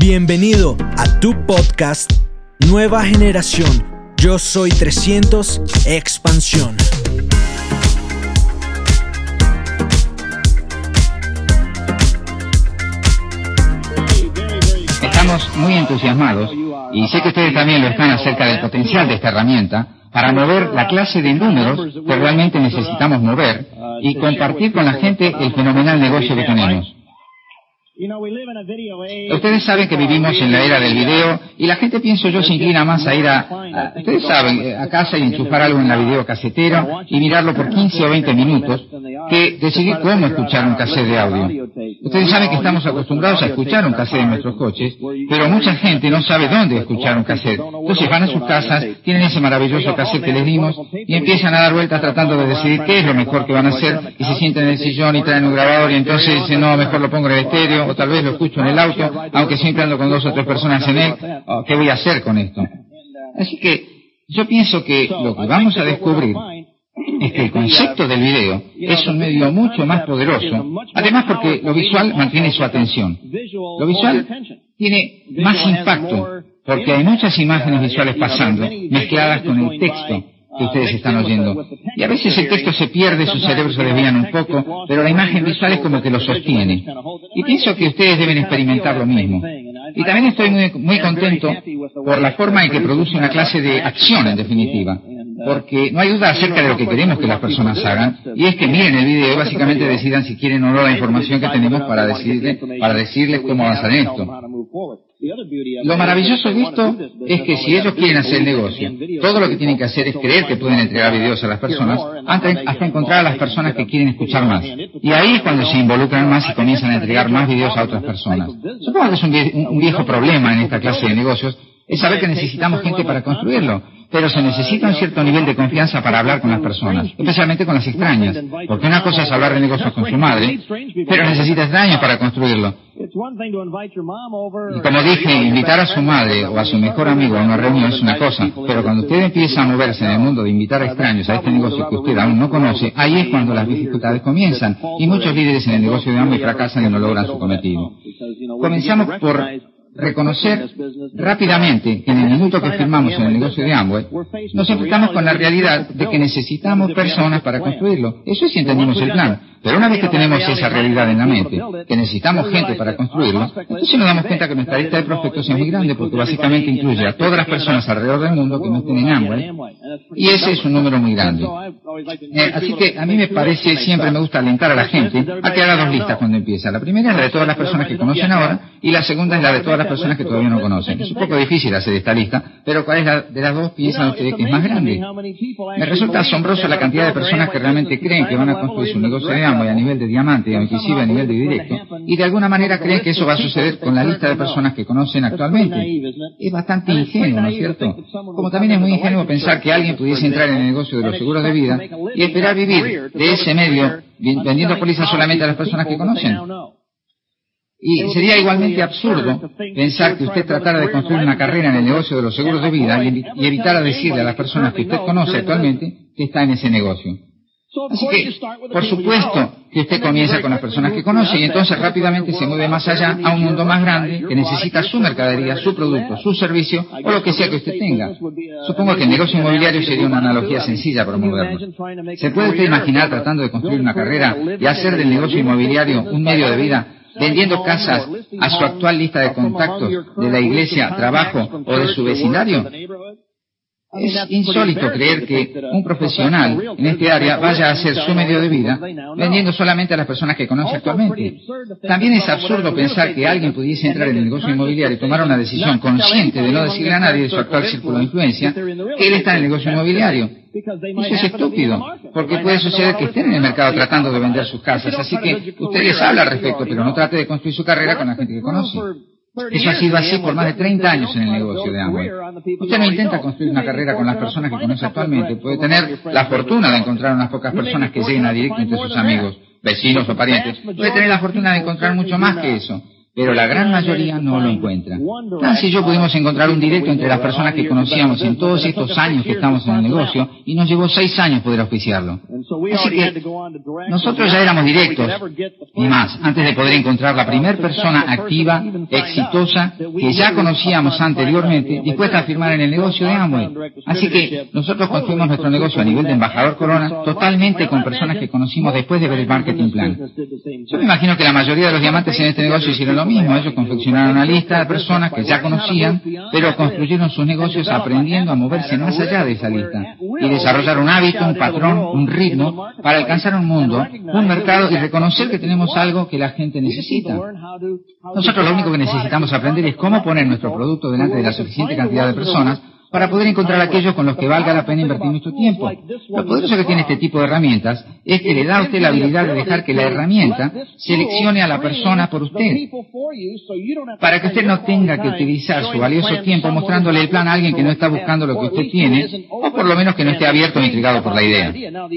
Bienvenido a tu podcast Nueva Generación. Yo soy 300 Expansión. Estamos muy entusiasmados y sé que ustedes también lo están acerca del potencial de esta herramienta para mover la clase de números que realmente necesitamos mover y compartir con la gente el fenomenal negocio que tenemos. Ustedes saben que vivimos en la era del video y la gente, pienso yo, se inclina más a ir ustedes saben, a casa y enchufar algo en la videocasetera y mirarlo por 15 o 20 minutos que decidir cómo escuchar un cassette de audio. Ustedes saben que estamos acostumbrados a escuchar un cassette en nuestros coches, pero mucha gente no sabe dónde escuchar un cassette. Entonces van a sus casas, tienen ese maravilloso cassette que les dimos y empiezan a dar vueltas tratando de decidir qué es lo mejor que van a hacer, y se sienten en el sillón y traen un grabador y entonces dicen, no, mejor lo pongo en el estéreo, o tal vez lo escucho en el auto, aunque siempre ando con 2 o 3 personas en él. ¿Qué voy a hacer con esto? Así que yo pienso que lo que vamos a descubrir es que el concepto del video es un medio mucho más poderoso, además porque lo visual mantiene su atención. Lo visual tiene más impacto porque hay muchas imágenes visuales pasando, mezcladas con el texto que ustedes están oyendo. Y a veces el texto se pierde, sus cerebros se desvían un poco, pero la imagen visual es como que lo sostiene. Y pienso que ustedes deben experimentar lo mismo. Y también estoy muy contento por la forma en que produce una clase de acción, en definitiva. Porque no hay duda acerca de lo que queremos que las personas hagan, y es que miren el video y básicamente decidan si quieren o no la información que tenemos para decirles cómo avanzar en esto. Lo maravilloso de esto es que si ellos quieren hacer el negocio, todo lo que tienen que hacer es creer que pueden entregar videos a las personas hasta encontrar a las personas que quieren escuchar más. Y ahí es cuando se involucran más y comienzan a entregar más videos a otras personas. Supongo que es un viejo problema en esta clase de negocios, es saber que necesitamos gente para construirlo, pero se necesita un cierto nivel de confianza para hablar con las personas, especialmente con las extrañas, porque una cosa es hablar de negocios con su madre, pero necesita extraños para construirlo. Y como dije, invitar a su madre o a su mejor amigo a una reunión es una cosa, pero cuando usted empieza a moverse en el mundo de invitar a extraños a este negocio que usted aún no conoce, ahí es cuando las dificultades comienzan, y muchos líderes en el negocio de Amway fracasan y no logran su cometido. Comenzamos por reconocer rápidamente que en el minuto que firmamos en el negocio de Amway, nos enfrentamos con la realidad de que necesitamos personas para construirlo. Eso es si entendimos el plan. Pero una vez que tenemos esa realidad en la mente, que necesitamos gente para construirlo, entonces nos damos cuenta que nuestra lista de prospectos es muy grande, porque básicamente incluye a todas las personas alrededor del mundo que no estén en Amway, y ese es un número muy grande. Así que a mí siempre me gusta alentar a la gente a que haga 2 listas cuando empieza. La primera es la de todas las personas que conocen ahora, y la segunda es la de todas las personas que todavía no conocen. Es un poco difícil hacer esta lista, pero ¿cuál es la de las 2 piensan ustedes que es más grande? Me resulta asombroso la cantidad de personas que realmente creen que van a construir su negocio de Amway a nivel de diamante o inclusive a nivel de directo, y de alguna manera creen que eso va a suceder con la lista de personas que conocen actualmente. Es bastante ingenuo, ¿no es cierto? Como también es muy ingenuo pensar que alguien pudiese entrar en el negocio de los seguros de vida y esperar vivir de ese medio vendiendo pólizas solamente a las personas que conocen. Y sería igualmente absurdo pensar que usted tratara de construir una carrera en el negocio de los seguros de vida y evitara decirle a las personas que usted conoce actualmente que está en ese negocio. Así que, por supuesto, que usted comienza con las personas que conoce y entonces rápidamente se mueve más allá a un mundo más grande que necesita su mercadería, su producto, su servicio o lo que sea que usted tenga. Supongo que el negocio inmobiliario sería una analogía sencilla para moverlo. ¿Se puede usted imaginar tratando de construir una carrera y hacer del negocio inmobiliario un medio de vida, vendiendo casas a su actual lista de contactos de la iglesia, trabajo o de su vecindario? Es insólito creer que un profesional en este área vaya a hacer su medio de vida vendiendo solamente a las personas que conoce actualmente. También es absurdo pensar que alguien pudiese entrar en el negocio inmobiliario y tomar una decisión consciente de no decirle a nadie de su actual círculo de influencia que él está en el negocio inmobiliario. Eso es estúpido, porque puede suceder que estén en el mercado tratando de vender sus casas, así que usted les habla al respecto, pero no trate de construir su carrera con la gente que conoce. Eso ha sido así por más de 30 años en el negocio de Amway. Usted no intenta construir una carrera con las personas que conoce actualmente. Puede tener la fortuna de encontrar unas pocas personas que lleguen a directo entre sus amigos, vecinos o parientes. Puede tener la fortuna de encontrar mucho más que eso, pero la gran mayoría no lo encuentra. Nancy y yo pudimos encontrar un directo entre las personas que conocíamos en todos estos años que estamos en el negocio y nos llevó 6 años poder auspiciarlo. Así que nosotros ya éramos directos, y más, antes de poder encontrar la primera persona activa, exitosa, que ya conocíamos anteriormente, dispuesta a firmar en el negocio de Amway. Así que nosotros construimos nuestro negocio a nivel de embajador Corona, totalmente con personas que conocimos después de ver el marketing plan. Yo me imagino que la mayoría de los diamantes en este negocio hicieron lo mismo. Ellos confeccionaron una lista de personas que ya conocían, pero construyeron sus negocios aprendiendo a moverse más allá de esa lista y desarrollar un hábito, un patrón, un ritmo para alcanzar un mundo, un mercado y reconocer que tenemos algo que la gente necesita. Nosotros lo único que necesitamos aprender es cómo poner nuestro producto delante de la suficiente cantidad de personas para poder encontrar aquellos con los que valga la pena invertir nuestro tiempo. Lo poderoso que tiene este tipo de herramientas es que le da a usted la habilidad de dejar que la herramienta seleccione a la persona por usted, para que usted no tenga que utilizar su valioso tiempo mostrándole el plan a alguien que no está buscando lo que usted tiene, o por lo menos que no esté abierto o intrigado por la idea.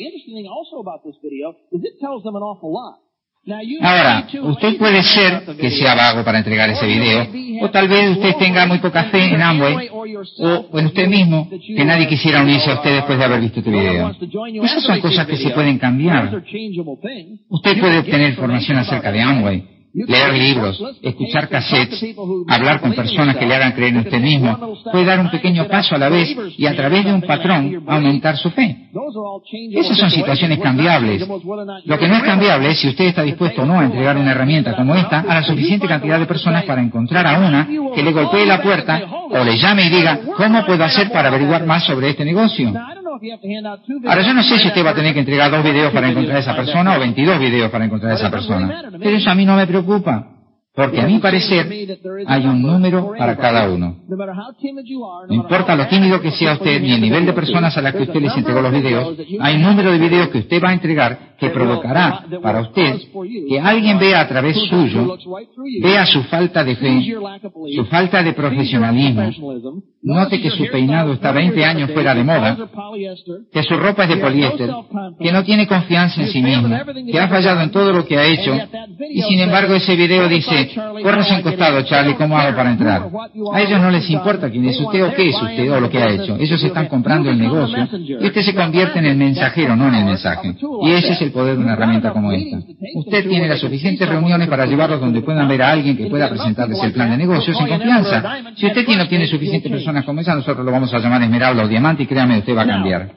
Ahora, usted puede ser que sea vago para entregar ese video, o tal vez usted tenga muy poca fe en Amway, o en usted mismo, que nadie quisiera unirse a usted después de haber visto este video. Esas son cosas que se pueden cambiar. Usted puede obtener información acerca de Amway, leer libros, escuchar cassettes, hablar con personas que le hagan creer en usted mismo, puede dar un pequeño paso a la vez y a través de un patrón aumentar su fe. Esas son situaciones cambiables. Lo que no es cambiable es si usted está dispuesto o no a entregar una herramienta como esta a la suficiente cantidad de personas para encontrar a una que le golpee la puerta o le llame y diga, ¿cómo puedo hacer para averiguar más sobre este negocio? Ahora, yo no sé si usted va a tener que entregar 2 videos para encontrar a esa persona o 22 videos para encontrar a esa persona. Pero eso a mí no me preocupa, porque a mi parecer hay un número para cada uno. No importa lo tímido que sea usted ni el nivel de personas a las que usted les entregó los videos, hay un número de videos que usted va a entregar que provocará para usted que alguien vea a través suyo, vea su falta de fe, su falta de profesionalismo, note que su peinado está 20 años fuera de moda, que su ropa es de poliéster, que no tiene confianza en sí mismo, que ha fallado en todo lo que ha hecho, y sin embargo ese video dice, corres en costado, Charlie, ¿cómo hago para entrar? A ellos no les importa quién es usted o qué es usted o lo que ha hecho. Ellos están comprando el negocio y usted se convierte en el mensajero, no en el mensaje. Y ese es el poder de una herramienta como esta. Usted tiene las suficientes reuniones para llevarlos donde puedan ver a alguien que pueda presentarles el plan de negocios en confianza. Si usted no tiene suficientes personas como esa, nosotros lo vamos a llamar esmeralda o diamante y créame, usted va a cambiar.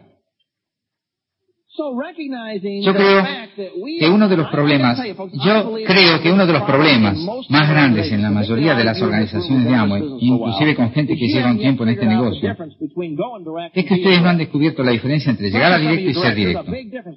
Yo creo que uno de los problemas más grandes en la mayoría de las organizaciones de Amway, inclusive con gente que lleva un tiempo en este negocio, es que ustedes no han descubierto la diferencia entre llegar a directo y ser directo.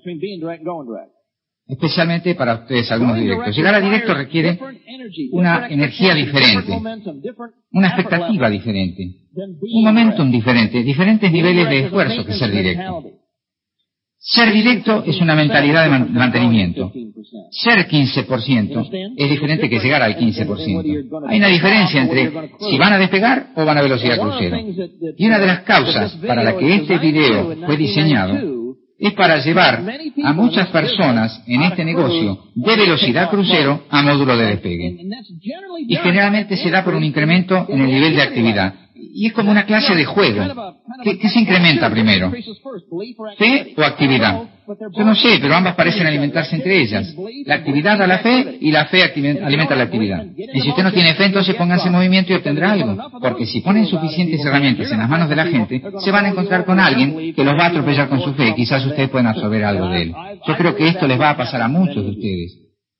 Especialmente para ustedes, algunos directos. Llegar a directo requiere una energía diferente, una expectativa diferente, un momentum diferente, diferentes niveles de esfuerzo que ser directo. Ser directo es una mentalidad de mantenimiento. Ser 15% es diferente que llegar al 15%. Hay una diferencia entre si van a despegar o van a velocidad crucero. Y una de las causas para la que este video fue diseñado es para llevar a muchas personas en este negocio de velocidad crucero a módulo de despegue. Y generalmente se da por un incremento en el nivel de actividad. Y es como una clase de juego. ¿Qué se incrementa primero? ¿Fe o actividad? Yo no sé, pero ambas parecen alimentarse entre ellas. La actividad da la fe y la fe alimenta la actividad. Y si usted no tiene fe, entonces póngase en movimiento y obtendrá algo. Porque si ponen suficientes herramientas en las manos de la gente, se van a encontrar con alguien que los va a atropellar con su fe y quizás ustedes puedan absorber algo de él. Yo creo que esto les va a pasar a muchos de ustedes.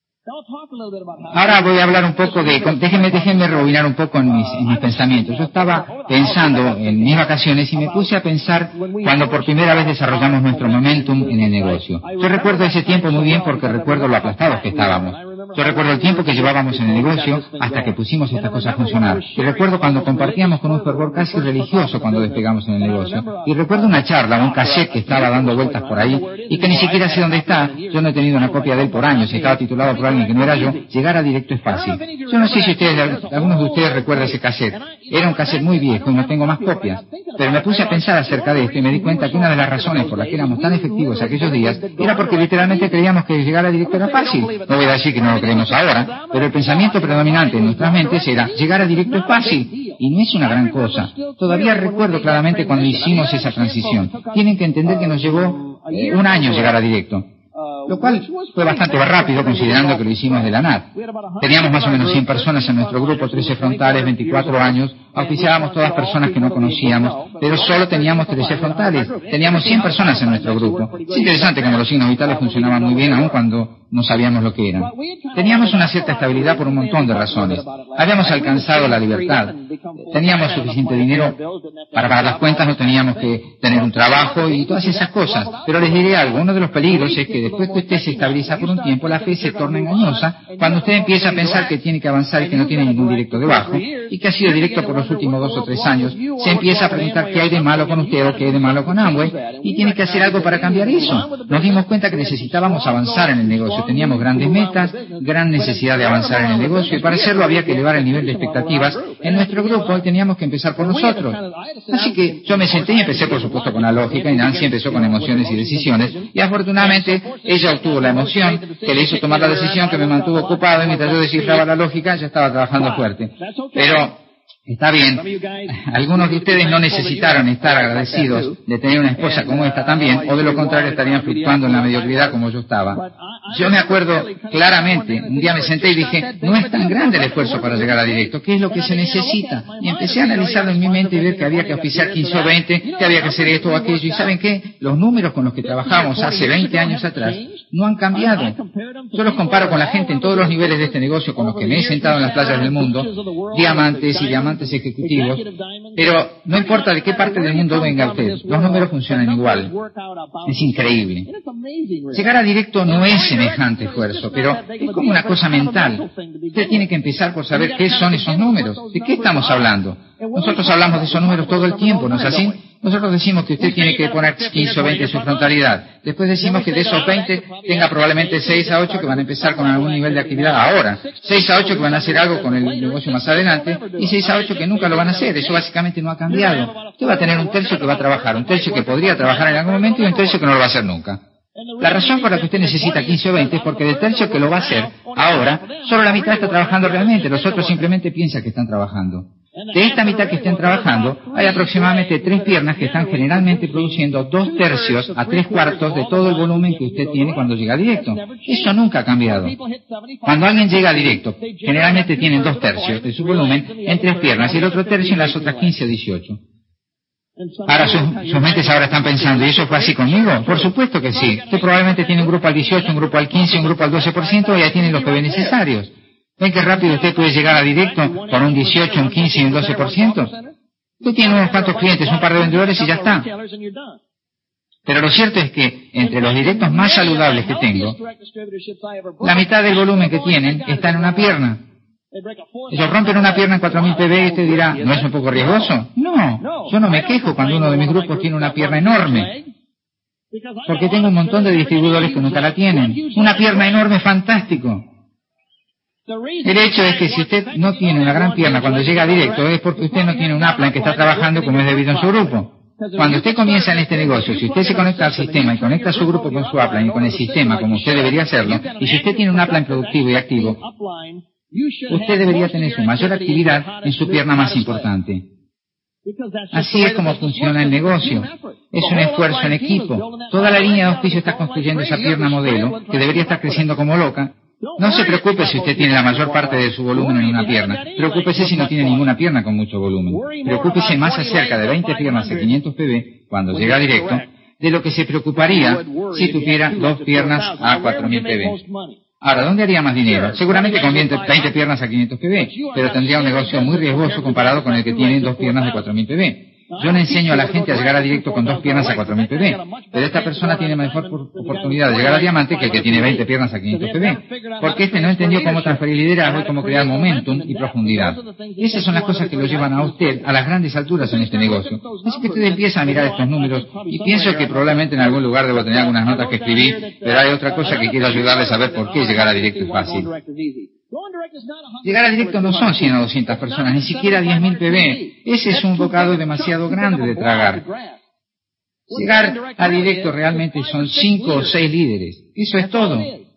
Ahora voy a hablar un poco de... Déjenme rebobinar un poco en mis pensamientos. Yo estaba pensando en mis vacaciones y me puse a pensar cuando por primera vez desarrollamos nuestro momentum en el negocio. Yo recuerdo ese tiempo muy bien porque recuerdo lo aplastados que estábamos. Yo recuerdo el tiempo que llevábamos en el negocio hasta que pusimos estas cosas a funcionar. Y recuerdo cuando compartíamos con un fervor casi religioso cuando despegamos en el negocio. Y recuerdo una charla, un cassette que estaba dando vueltas por ahí y que ni siquiera sé dónde está. Yo no he tenido una copia de él por años. Estaba titulado por alguien que no era yo. Llegar a directo es fácil. Yo no sé si algunos de ustedes recuerdan ese cassette. Era un cassette muy viejo y no tengo más copias. Pero me puse a pensar acerca de esto y me di cuenta que una de las razones por las que éramos tan efectivos aquellos días era porque literalmente creíamos que llegar a directo era fácil. No voy a decir que no lo creemos ahora, pero el pensamiento predominante en nuestras mentes era llegar a directo es fácil. Y no es una gran cosa. Todavía recuerdo claramente cuando hicimos esa transición. Tienen que entender que nos llevó un año llegar a directo, lo cual fue bastante rápido considerando que lo hicimos de la nada. Teníamos más o menos 100 personas en nuestro grupo, 13 frontales, 24 años, auspiciábamos todas personas que no conocíamos, pero solo teníamos 13 frontales. Teníamos 100 personas en nuestro grupo. Es interesante como los signos vitales funcionaban muy bien aun cuando no sabíamos lo que eran. Teníamos una cierta estabilidad por un montón de razones. Habíamos alcanzado la libertad. Teníamos suficiente dinero para pagar las cuentas, no teníamos que tener un trabajo y todas esas cosas. Pero les diré algo, uno de los peligros es que después que usted se estabiliza por un tiempo, la fe se torna engañosa cuando usted empieza a pensar que tiene que avanzar y que no tiene ningún directo debajo, y que ha sido directo por los últimos 2 o 3 años. Se empieza a preguntar qué hay de malo con usted o qué hay de malo con Amway, y tiene que hacer algo para cambiar eso. Nos dimos cuenta que necesitábamos avanzar en el negocio. Teníamos grandes metas, gran necesidad de avanzar en el negocio, y para hacerlo había que elevar el nivel de expectativas en nuestro grupo, y teníamos que empezar por nosotros. Así que yo me senté y empecé, por supuesto, con la lógica, y Nancy empezó con emociones y decisiones, y afortunadamente ella obtuvo la emoción que le hizo tomar la decisión, que me mantuvo ocupado, y mientras yo descifraba la lógica, ya estaba trabajando fuerte. Pero está bien, algunos de ustedes no necesitaron estar agradecidos de tener una esposa como esta también, o de lo contrario estarían fluctuando en la mediocridad como yo estaba. Yo me acuerdo claramente, un día me senté y dije, no es tan grande el esfuerzo para llegar a directo, ¿qué es lo que se necesita? Y empecé a analizarlo en mi mente y ver que había que auspiciar 15 o 20, que había que hacer esto o aquello, y ¿saben qué? Los números con los que trabajamos hace 20 años atrás no han cambiado. Yo los comparo con la gente en todos los niveles de este negocio con los que me he sentado en las playas del mundo, diamantes y diamantes ejecutivos, pero no importa de qué parte del mundo venga usted, los números funcionan igual. Es increíble. Llegar a directo no es semejante esfuerzo, pero es como una cosa mental. Usted tiene que empezar por saber qué son esos números. ¿De qué estamos hablando? Nosotros hablamos de esos números todo el tiempo, ¿no es así? Nosotros decimos que usted tiene que poner 15 o 20 en su frontalidad. Después decimos que de esos 20 tenga probablemente 6 a 8 que van a empezar con algún nivel de actividad ahora, 6 a 8 que van a hacer algo con el negocio más adelante, y 6 a 8 que nunca lo van a hacer. Eso básicamente no ha cambiado. Usted va a tener un tercio que va a trabajar, un tercio que podría trabajar en algún momento y un tercio que no lo va a hacer nunca. La razón por la que usted necesita 15 o 20 es porque del tercio que lo va a hacer ahora, solo la mitad está trabajando realmente, los otros simplemente piensan que están trabajando. De esta mitad que estén trabajando, hay aproximadamente 3 piernas que están generalmente produciendo 2 tercios a 3 cuartos de todo el volumen que usted tiene cuando llega directo. Eso nunca ha cambiado. Cuando alguien llega a directo, generalmente tienen 2 tercios de su volumen en 3 piernas y el otro tercio en las otras 15 o 18. Ahora sus mentes ahora están pensando, ¿y eso fue así conmigo? Por supuesto que sí. Usted probablemente tiene un grupo al 18, un grupo al 15, un grupo al 12% y ahí tiene los PB necesarios. ¿Ven qué rápido usted puede llegar a directo con un 18, un 15 y un 12%? Usted tiene unos cuantos clientes, un par de vendedores y ya está. Pero lo cierto es que entre los directos más saludables que tengo, la mitad del volumen que tienen está en una pierna. Ellos rompen una pierna en 4.000 PB y usted dirá, ¿no es un poco riesgoso? No, yo no me quejo cuando uno de mis grupos tiene una pierna enorme, porque tengo un montón de distribuidores que nunca la tienen. Una pierna enorme es fantástico. El hecho es que si usted no tiene una gran pierna cuando llega directo es porque usted no tiene un upline que está trabajando como es debido en su grupo. Cuando usted comienza en este negocio, si usted se conecta al sistema y conecta su grupo con su upline y con el sistema como usted debería hacerlo, y si usted tiene un upline productivo y activo, usted debería tener su mayor actividad en su pierna más importante. Así es como funciona el negocio. Es un esfuerzo en equipo. Toda la línea de auspicio está construyendo esa pierna modelo que debería estar creciendo como loca. No se preocupe si usted tiene la mayor parte de su volumen en una pierna. Preocúpese si no tiene ninguna pierna con mucho volumen. Preocúpese más acerca de 20 piernas a 500 PB cuando llega directo de lo que se preocuparía si tuviera 2 piernas a 4.000 PB. Ahora, ¿dónde haría más dinero? Seguramente con 20 piernas a 500 PB, pero tendría un negocio muy riesgoso comparado con el que tiene 2 piernas de 4.000 PB. Yo le enseño a la gente a llegar a directo con 2 piernas a 4.000 PB, pero esta persona tiene mejor oportunidad de llegar a diamante que el que tiene 20 piernas a 500 PB, porque este no entendió cómo transferir liderazgo y cómo crear momentum y profundidad. Esas son las cosas que lo llevan a usted a las grandes alturas en este negocio. Así que usted empieza a mirar estos números y pienso que probablemente en algún lugar debo tener algunas notas que escribir, pero hay otra cosa que quiero ayudarles a ver por qué llegar a directo es fácil. Llegar a directo no son 100 o 200 personas, ni siquiera 10.000 PB. Ese es un bocado demasiado grande de tragar. Llegar a directo realmente son 5 o 6 líderes. Eso es todo.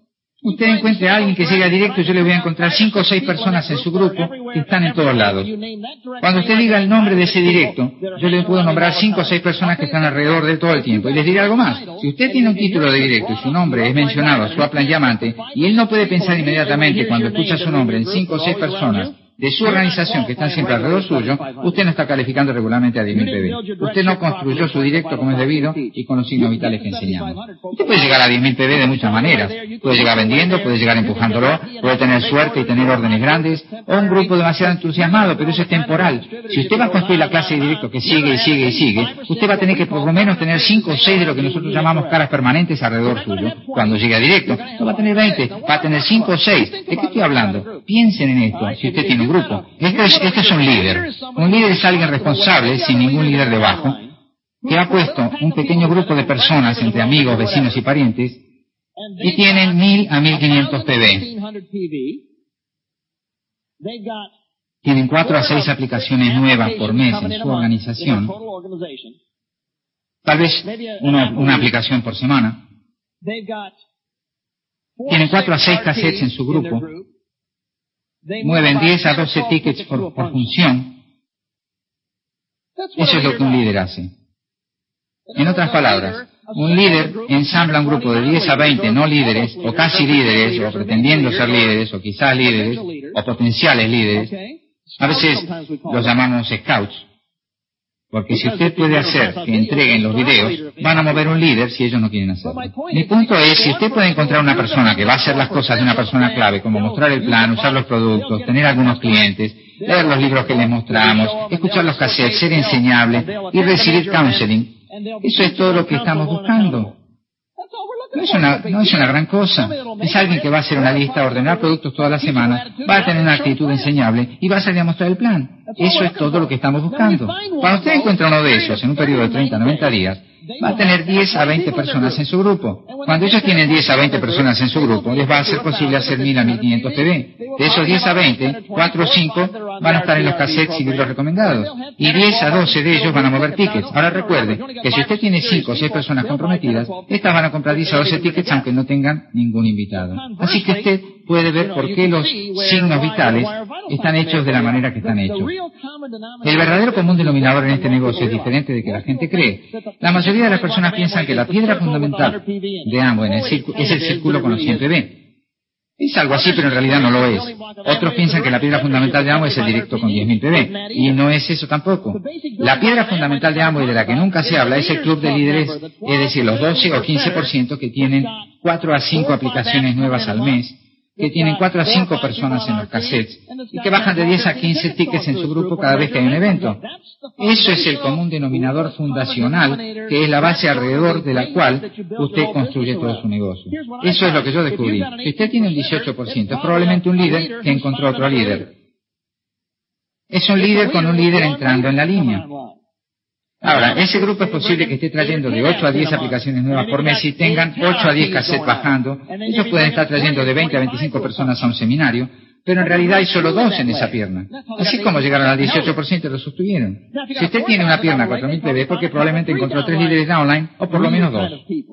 Usted encuentre a alguien que llegue a directo, yo le voy a encontrar 5 o 6 personas en su grupo que están en todos lados. Cuando usted diga el nombre de ese directo, yo le puedo nombrar 5 o 6 personas que están alrededor de él todo el tiempo. Y les diré algo más. Si usted tiene un título de directo y su nombre es mencionado, su upline diamante, y él no puede pensar inmediatamente cuando escucha su nombre en 5 o 6 personas de su organización que están siempre alrededor suyo, usted no está calificando regularmente a 10.000 PB. Usted no construyó su directo como es debido y con los signos vitales que enseñamos. Usted puede llegar a 10.000 PB de muchas maneras. Puede llegar vendiendo, puede llegar empujándolo, puede tener suerte y tener órdenes grandes, o un grupo demasiado entusiasmado, pero eso es temporal. Si usted va a construir la clase de directo que sigue y sigue y sigue, usted va a tener que por lo menos tener 5 o 6 de lo que nosotros llamamos caras permanentes alrededor suyo. Cuando llegue a directo, no va a tener 20, va a tener 5 o 6. ¿De qué estoy hablando? Piensen en esto, si usted tiene un grupo. Este es un líder. Un líder es alguien responsable, sin ningún líder debajo, que ha puesto un pequeño grupo de personas entre amigos, vecinos y parientes, y tienen 1.000 a 1.500 PB. Tienen 4 a 6 aplicaciones nuevas por mes en su organización. Tal vez una aplicación por semana. Tienen 4 a 6 cassettes en su grupo. Mueven 10 a 12 tickets por función. Eso es lo que un líder hace. En otras palabras, un líder ensambla un grupo de 10 a 20 no líderes, o casi líderes, o pretendiendo ser líderes, o quizás líderes, o potenciales líderes. A veces los llamamos scouts. Porque si usted puede hacer que entreguen los videos, van a mover un líder si ellos no quieren hacerlo. Mi punto es, si usted puede encontrar una persona que va a hacer las cosas de una persona clave, como mostrar el plan, usar los productos, tener algunos clientes, leer los libros que les mostramos, escuchar los cassettes, ser enseñable y recibir counseling, eso es todo lo que estamos buscando. No es una gran cosa. Es alguien que va a hacer una lista, ordenar productos toda la semana, va a tener una actitud enseñable y va a salir a mostrar el plan. Eso es todo lo que estamos buscando. Cuando usted encuentra uno de esos en un periodo de 30 a 90 días, va a tener 10 a 20 personas en su grupo. Cuando ellos tienen 10 a 20 personas en su grupo, les va a ser posible hacer 1.000 a 1.500 PB. De esos 10 a 20, 4 o 5 van a estar en los cassettes y libros recomendados. Y 10 a 12 de ellos van a mover tickets. Ahora recuerde que si usted tiene 5 o 6 personas comprometidas, estas van a comprar 10 a 12 tickets aunque no tengan ningún invitado. Así que usted puede ver por qué los signos vitales están hechos de la manera que están hechos. El verdadero común denominador en este negocio es diferente de que la gente cree. La mayoría de las personas piensan que la piedra fundamental de Amway es el círculo con los 100 PB. Es algo así, pero en realidad no lo es. Otros piensan que la piedra fundamental de Amway es el directo con 10.000 PB, y no es eso tampoco. La piedra fundamental de Amway de la que nunca se habla es el club de líderes, es decir, los 12 o 15% que tienen 4 a 5 aplicaciones nuevas al mes, que tienen 4 a 5 personas en los cassettes y que bajan de 10 a 15 tickets en su grupo cada vez que hay un evento. Eso es el común denominador fundacional, que es la base alrededor de la cual usted construye todo su negocio. Eso es lo que yo descubrí. Si usted tiene un 18%, es probablemente un líder que encontró otro líder. Es un líder con un líder entrando en la línea. Ahora, ese grupo es posible que esté trayendo de 8 a 10 aplicaciones nuevas por mes y tengan 8 a 10 cassettes bajando. Ellos pueden estar trayendo de 20 a 25 personas a un seminario, pero en realidad hay solo 2 en esa pierna. Así como llegaron al 18% y lo sostuvieron. Si usted tiene una pierna 4.000 PB es porque probablemente encontró 3 líderes downline o por lo menos 2.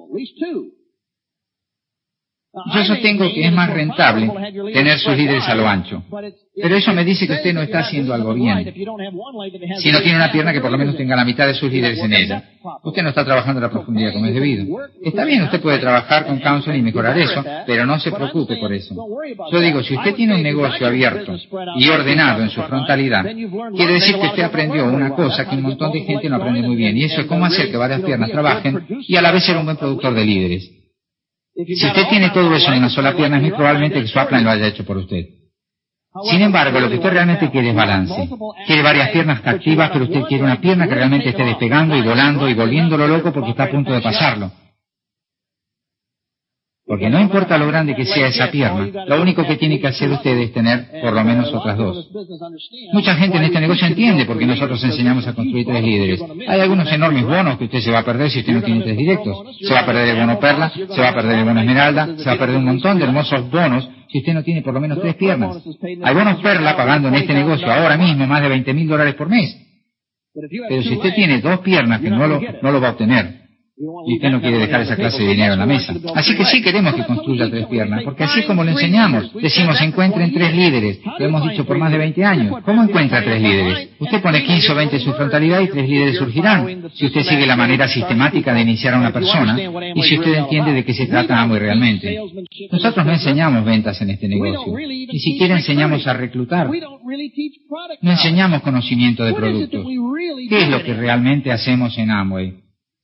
Yo sostengo que es más rentable tener sus líderes a lo ancho. Pero eso me dice que usted no está haciendo algo bien. Si no tiene una pierna que por lo menos tenga la mitad de sus líderes en ella, usted no está trabajando a la profundidad como es debido. Está bien, usted puede trabajar con counseling y mejorar eso, pero no se preocupe por eso. Yo digo, si usted tiene un negocio abierto y ordenado en su frontalidad, quiere decir que usted aprendió una cosa que un montón de gente no aprende muy bien, y eso es cómo hacer que varias piernas trabajen y a la vez ser un buen productor de líderes. Si usted tiene todo eso en una sola pierna, es muy probablemente que su upline lo haya hecho por usted. Sin embargo, lo que usted realmente quiere es balance. Quiere varias piernas activas, pero usted quiere una pierna que realmente esté despegando y volando y volviéndolo loco porque está a punto de pasarlo. Porque no importa lo grande que sea esa pierna, lo único que tiene que hacer usted es tener por lo menos otras 2. Mucha gente en este negocio entiende por qué nosotros enseñamos a construir 3 líderes. Hay algunos enormes bonos que usted se va a perder si usted no tiene 3 directos. Se va a perder el bono Perla, se va a perder el bono Esmeralda, se va a perder un montón de hermosos bonos si usted no tiene por lo menos 3 piernas. Hay bonos Perla pagando en este negocio ahora mismo más de $20.000 por mes. Pero si usted tiene 2 piernas que no lo va a obtener, Y usted no quiere dejar esa clase de dinero en la mesa. Así que sí queremos que construya 3 piernas, porque así es como lo enseñamos. Decimos, encuentren 3 líderes. Lo hemos dicho por más de 20 años. ¿Cómo encuentra 3 líderes? Usted pone 15 o 20 en su frontalidad y 3 líderes surgirán. Si usted sigue la manera sistemática de iniciar a una persona y si usted entiende de qué se trata Amway realmente. Nosotros no enseñamos ventas en este negocio. Ni siquiera enseñamos a reclutar. No enseñamos conocimiento de productos. ¿Qué es lo que realmente hacemos en Amway?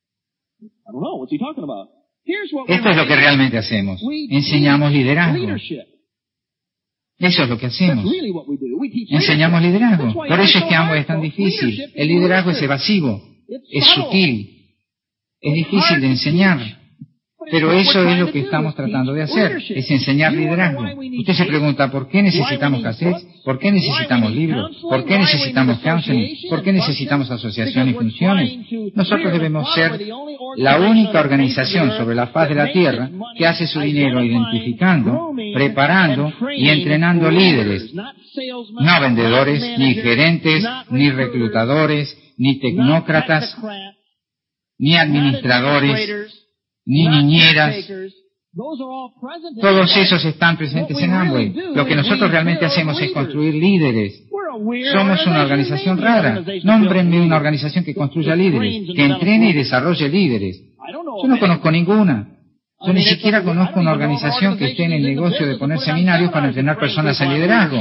Esto es lo que realmente hacemos. Enseñamos liderazgo. Eso es lo que hacemos. Enseñamos liderazgo. Por eso es que Amway es tan difícil. El liderazgo es evasivo, es sutil, es difícil de enseñar. Pero eso es lo que estamos tratando de hacer, es enseñar liderazgo. Usted se pregunta, ¿por qué necesitamos cassettes? ¿Por qué necesitamos libros? ¿Por qué necesitamos counseling? ¿Por qué necesitamos asociación y funciones? Nosotros debemos ser la única organización sobre la faz de la Tierra que hace su dinero identificando, preparando y entrenando líderes, no vendedores, ni gerentes, ni reclutadores, ni tecnócratas, ni administradores, ni niñeras. Todos esos están presentes en Amway. Lo que nosotros realmente hacemos es construir líderes. Somos una organización rara. Nómbrenme una organización que construya líderes, que entrene y desarrolle líderes. Yo no conozco ninguna. Yo ni siquiera conozco una organización que esté en el negocio de poner seminarios para entrenar personas en liderazgo.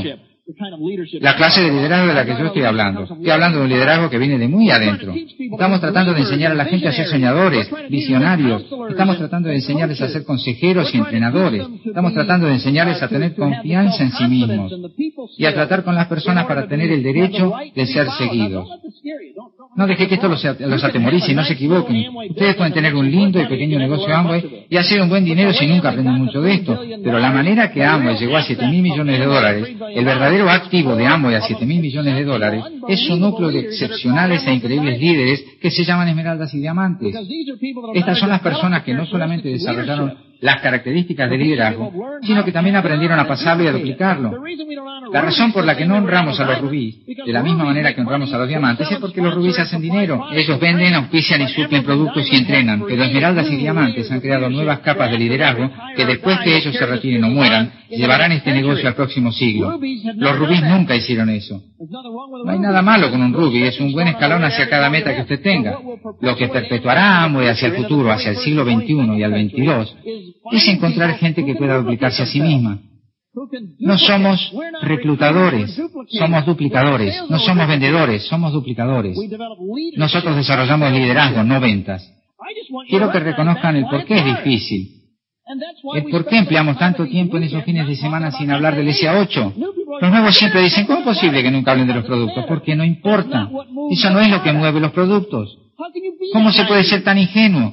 La clase de liderazgo de la que yo estoy hablando de un liderazgo que viene de muy adentro. Estamos tratando de enseñar a la gente a ser soñadores, visionarios. Estamos tratando de enseñarles a ser consejeros y entrenadores. Estamos tratando de enseñarles a tener confianza en sí mismos y a tratar con las personas para tener el derecho de ser seguidos. No deje que esto los atemorice y no se equivoquen. Ustedes pueden tener un lindo y pequeño negocio Amway y hacer un buen dinero si nunca aprenden mucho de esto. Pero la manera que Amway llegó a $7,000 millones, el verdadero activo de Amway a $7,000 millones, es un núcleo de excepcionales e increíbles líderes que se llaman esmeraldas y diamantes. Estas son las personas que no solamente desarrollaron las características de liderazgo, sino que también aprendieron a pasarlo y a duplicarlo. La razón por la que no honramos a los rubíes de la misma manera que honramos a los diamantes es porque los rubíes hacen dinero. Ellos venden, auspician y suplen productos y entrenan, pero esmeraldas y diamantes han creado nuevas capas de liderazgo que después que ellos se retiren o mueran, llevarán este negocio al próximo siglo. Los rubíes nunca hicieron eso. No hay nada malo con un rubí, es un buen escalón hacia cada meta que usted tenga. Lo que perpetuará Amway hacia el futuro, hacia el siglo XXI y al XXII, es encontrar gente que pueda duplicarse a sí misma. No somos reclutadores, somos duplicadores. No somos vendedores, somos duplicadores. Nosotros desarrollamos liderazgo, no ventas. Quiero que reconozcan el por qué es difícil. El por qué empleamos tanto tiempo en esos fines de semana sin hablar del SA8. Los nuevos siempre dicen, ¿cómo es posible que nunca hablen de los productos? Porque no importa. Eso no es lo que mueve los productos. ¿Cómo se puede ser tan ingenuo?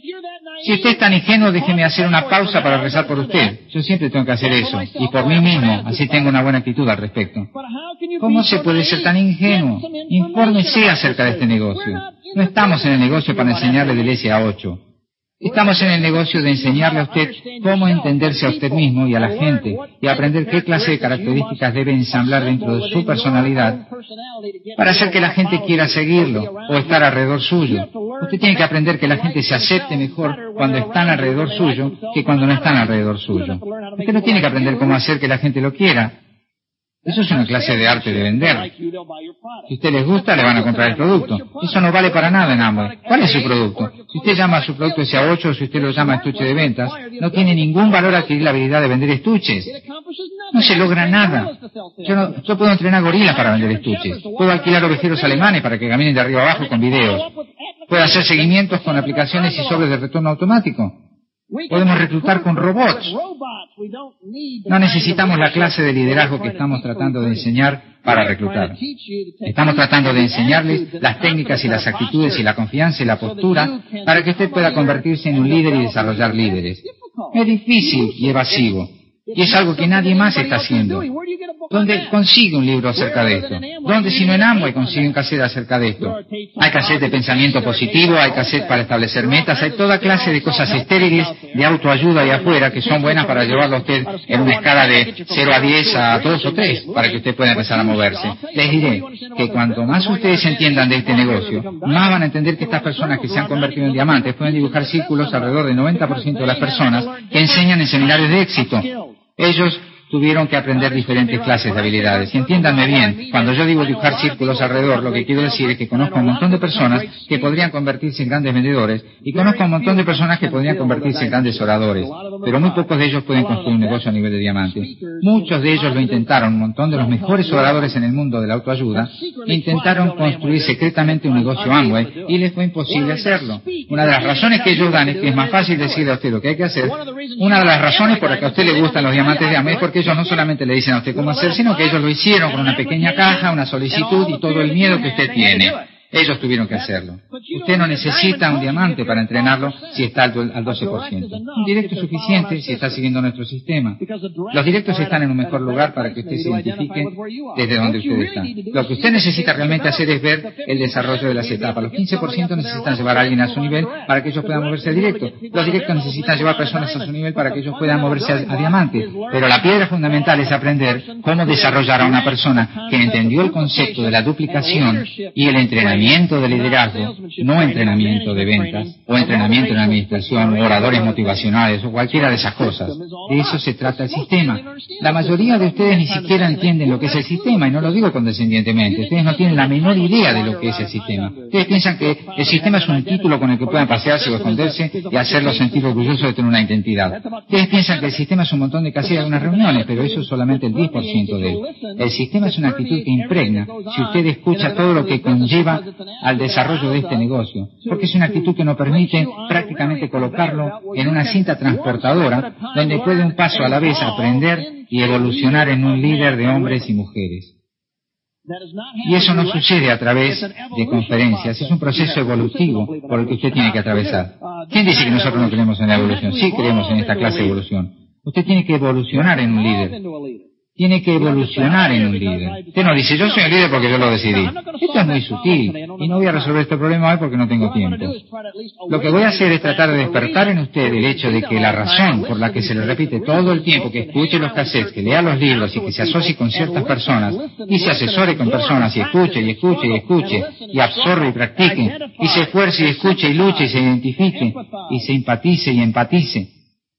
Si usted es tan ingenuo, déjeme hacer una pausa para rezar por usted. Yo siempre tengo que hacer eso, y por mí mismo, así tengo una buena actitud al respecto. ¿Cómo se puede ser tan ingenuo? Infórmese acerca de este negocio. No estamos en el negocio para enseñarle del SA8. Estamos en el negocio de enseñarle a usted cómo entenderse a usted mismo y a la gente y aprender qué clase de características debe ensamblar dentro de su personalidad para hacer que la gente quiera seguirlo o estar alrededor suyo. Usted tiene que aprender que la gente se acepte mejor cuando están alrededor suyo que cuando no están alrededor suyo. Usted no tiene que aprender cómo hacer que la gente lo quiera. Eso es una clase de arte de vender. Si a usted les gusta, le van a comprar el producto. Eso no vale para nada en Amway. ¿Cuál es su producto? Si usted llama a su producto SA8 o si usted lo llama estuche de ventas, no tiene ningún valor adquirir la habilidad de vender estuches. No se logra nada. Yo puedo entrenar gorilas para vender estuches. Puedo alquilar ovejeros alemanes para que caminen de arriba abajo con videos. Puedo hacer seguimientos con aplicaciones y sobres de retorno automático. Podemos reclutar con robots. No necesitamos la clase de liderazgo que estamos tratando de enseñar para reclutar. Estamos tratando de enseñarles las técnicas y las actitudes y la confianza y la postura para que usted pueda convertirse en un líder y desarrollar líderes. Es difícil y evasivo, Y es algo que nadie más está haciendo. ¿Dónde consigue un libro acerca de esto? ¿Dónde si no en Amway consigue un cassette acerca de esto? Hay cassette de pensamiento positivo, hay cassette para establecer metas, hay toda clase de cosas estériles de autoayuda ahí afuera que son buenas para llevarlo a usted en una escala de 0 a 10 a 2 o 3 para que usted pueda empezar a moverse. Les diré que cuanto más ustedes entiendan de este negocio, más van a entender que estas personas que se han convertido en diamantes pueden dibujar círculos alrededor del 90% de las personas que enseñan en seminarios de éxito. Ellos tuvieron que aprender diferentes clases de habilidades. Y entiéndanme bien, cuando yo digo dibujar círculos alrededor, lo que quiero decir es que conozco a un montón de personas que podrían convertirse en grandes vendedores y conozco a un montón de personas que podrían convertirse en grandes oradores, pero muy pocos de ellos pueden construir un negocio a nivel de diamante. Muchos de ellos lo intentaron, un montón de los mejores oradores en el mundo de la autoayuda intentaron construir secretamente un negocio Amway y les fue imposible hacerlo. Una de las razones que ellos dan es que es más fácil decirle a usted lo que hay que hacer. Una de las razones por las que a usted le gustan los diamantes de Amway es porque ellos no solamente le dicen a usted cómo hacer, sino que ellos lo hicieron con una pequeña caja, una solicitud y todo el miedo que usted tiene. Ellos tuvieron que hacerlo. Usted no necesita un diamante para entrenarlo si está al 12%. Un directo es suficiente si está siguiendo nuestro sistema. Los directos están en un mejor lugar para que usted se identifique desde donde usted está. Lo que usted necesita realmente hacer es ver el desarrollo de las etapas. Los 15% necesitan llevar a alguien a su nivel para que ellos puedan moverse a directo. Los directos necesitan llevar personas a su nivel para que ellos puedan moverse a diamante. Pero la piedra fundamental es aprender cómo desarrollar a una persona que entendió el concepto de la duplicación y el entrenamiento de liderazgo, no entrenamiento de ventas, o entrenamiento en administración, o oradores motivacionales, o cualquiera de esas cosas. De eso se trata el sistema. La mayoría de ustedes ni siquiera entienden lo que es el sistema, y no lo digo condescendientemente. Ustedes no tienen la menor idea de lo que es el sistema. Ustedes piensan que el sistema es un título con el que puedan pasearse o esconderse y hacerlos sentir orgullosos de tener una identidad. Ustedes piensan que el sistema es un montón de casillas de unas reuniones, pero eso es solamente el 10% de él. El sistema es una actitud que impregna si usted escucha todo lo que conlleva al desarrollo de este negocio, porque es una actitud que nos permite prácticamente colocarlo en una cinta transportadora donde puede un paso a la vez aprender y evolucionar en un líder de hombres y mujeres. Y eso no sucede a través de conferencias, es un proceso evolutivo por el que usted tiene que atravesar. ¿Quién dice que nosotros no creemos en la evolución? Sí creemos en esta clase de evolución. Usted tiene que evolucionar en un líder. Tiene que evolucionar en un líder. Usted no dice, yo soy un líder porque yo lo decidí. Esto es muy sutil y no voy a resolver este problema hoy porque no tengo tiempo. Lo que voy a hacer es tratar de despertar en usted el hecho de que la razón por la que se le repite todo el tiempo que escuche los cassettes, que lea los libros y que se asocie con ciertas personas y se asesore con personas y escuche y escuche y escuche y absorbe y practique y se esfuerce y escuche y luche y se identifique y se empatice y empatice.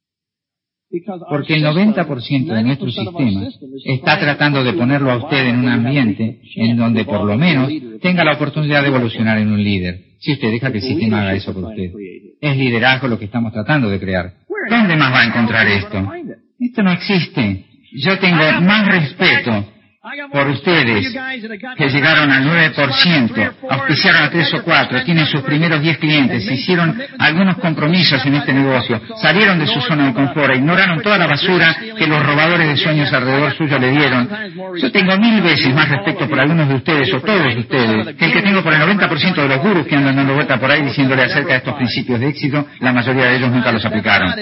Porque el 90% de nuestro sistema está tratando de ponerlo a usted en un ambiente en donde por lo menos tenga la oportunidad de evolucionar en un líder. Si usted deja que el sistema haga eso por usted. Es liderazgo lo que estamos tratando de crear. ¿Dónde más va a encontrar esto? Esto no existe. Yo tengo más respeto por ustedes que llegaron al 9%, auspiciaron a 3 o 4, tienen sus primeros 10 clientes, hicieron algunos compromisos en este negocio, salieron de su zona de confort, ignoraron toda la basura que los robadores de sueños alrededor suyo le dieron. Yo tengo 1000 veces más respeto por algunos de ustedes o todos ustedes que el que tengo por el 90% de los gurús que andan dando vuelta por ahí diciéndole acerca de estos principios de éxito. La mayoría de ellos nunca los aplicaron.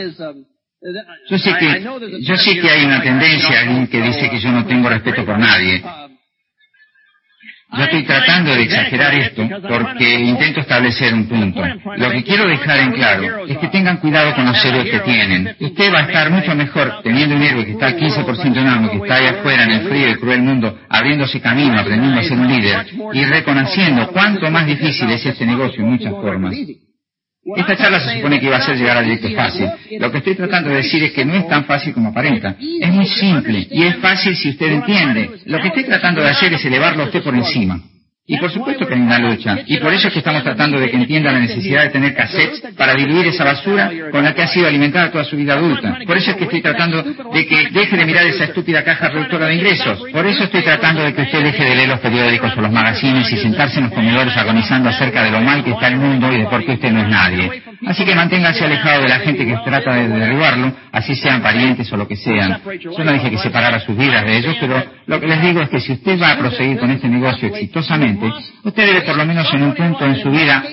Yo sé que hay una tendencia que dice que yo no tengo respeto por nadie. Yo estoy tratando de exagerar esto porque intento establecer un punto. Lo que quiero dejar en claro es que tengan cuidado con los héroes que tienen. Usted va a estar mucho mejor teniendo un héroe que está al 15% en alma, que está allá afuera en el frío y cruel mundo, abriéndose camino, aprendiendo a ser un líder y reconociendo cuánto más difícil es este negocio en muchas formas. Esta charla se supone que iba a ser llegar al directo fácil. Lo que estoy tratando de decir es que no es tan fácil como aparenta. Es muy simple y es fácil si usted entiende. Lo que estoy tratando de hacer es elevarlo a usted por encima. Y por supuesto que hay una lucha. Y por eso es que estamos tratando de que entienda la necesidad de tener cassettes para diluir esa basura con la que ha sido alimentada toda su vida adulta. Por eso es que estoy tratando de que deje de mirar esa estúpida caja reductora de ingresos. Por eso estoy tratando de que usted deje de leer los periódicos o los magazines y sentarse en los comedores agonizando acerca de lo mal que está el mundo y de por qué usted no es nadie. Así que manténgase alejado de la gente que trata de derribarlo, así sean parientes o lo que sean. Yo no dije que separara sus vidas de ellos, pero lo que les digo es que si usted va a proseguir con este negocio exitosamente, usted debe por lo menos en un punto en su vida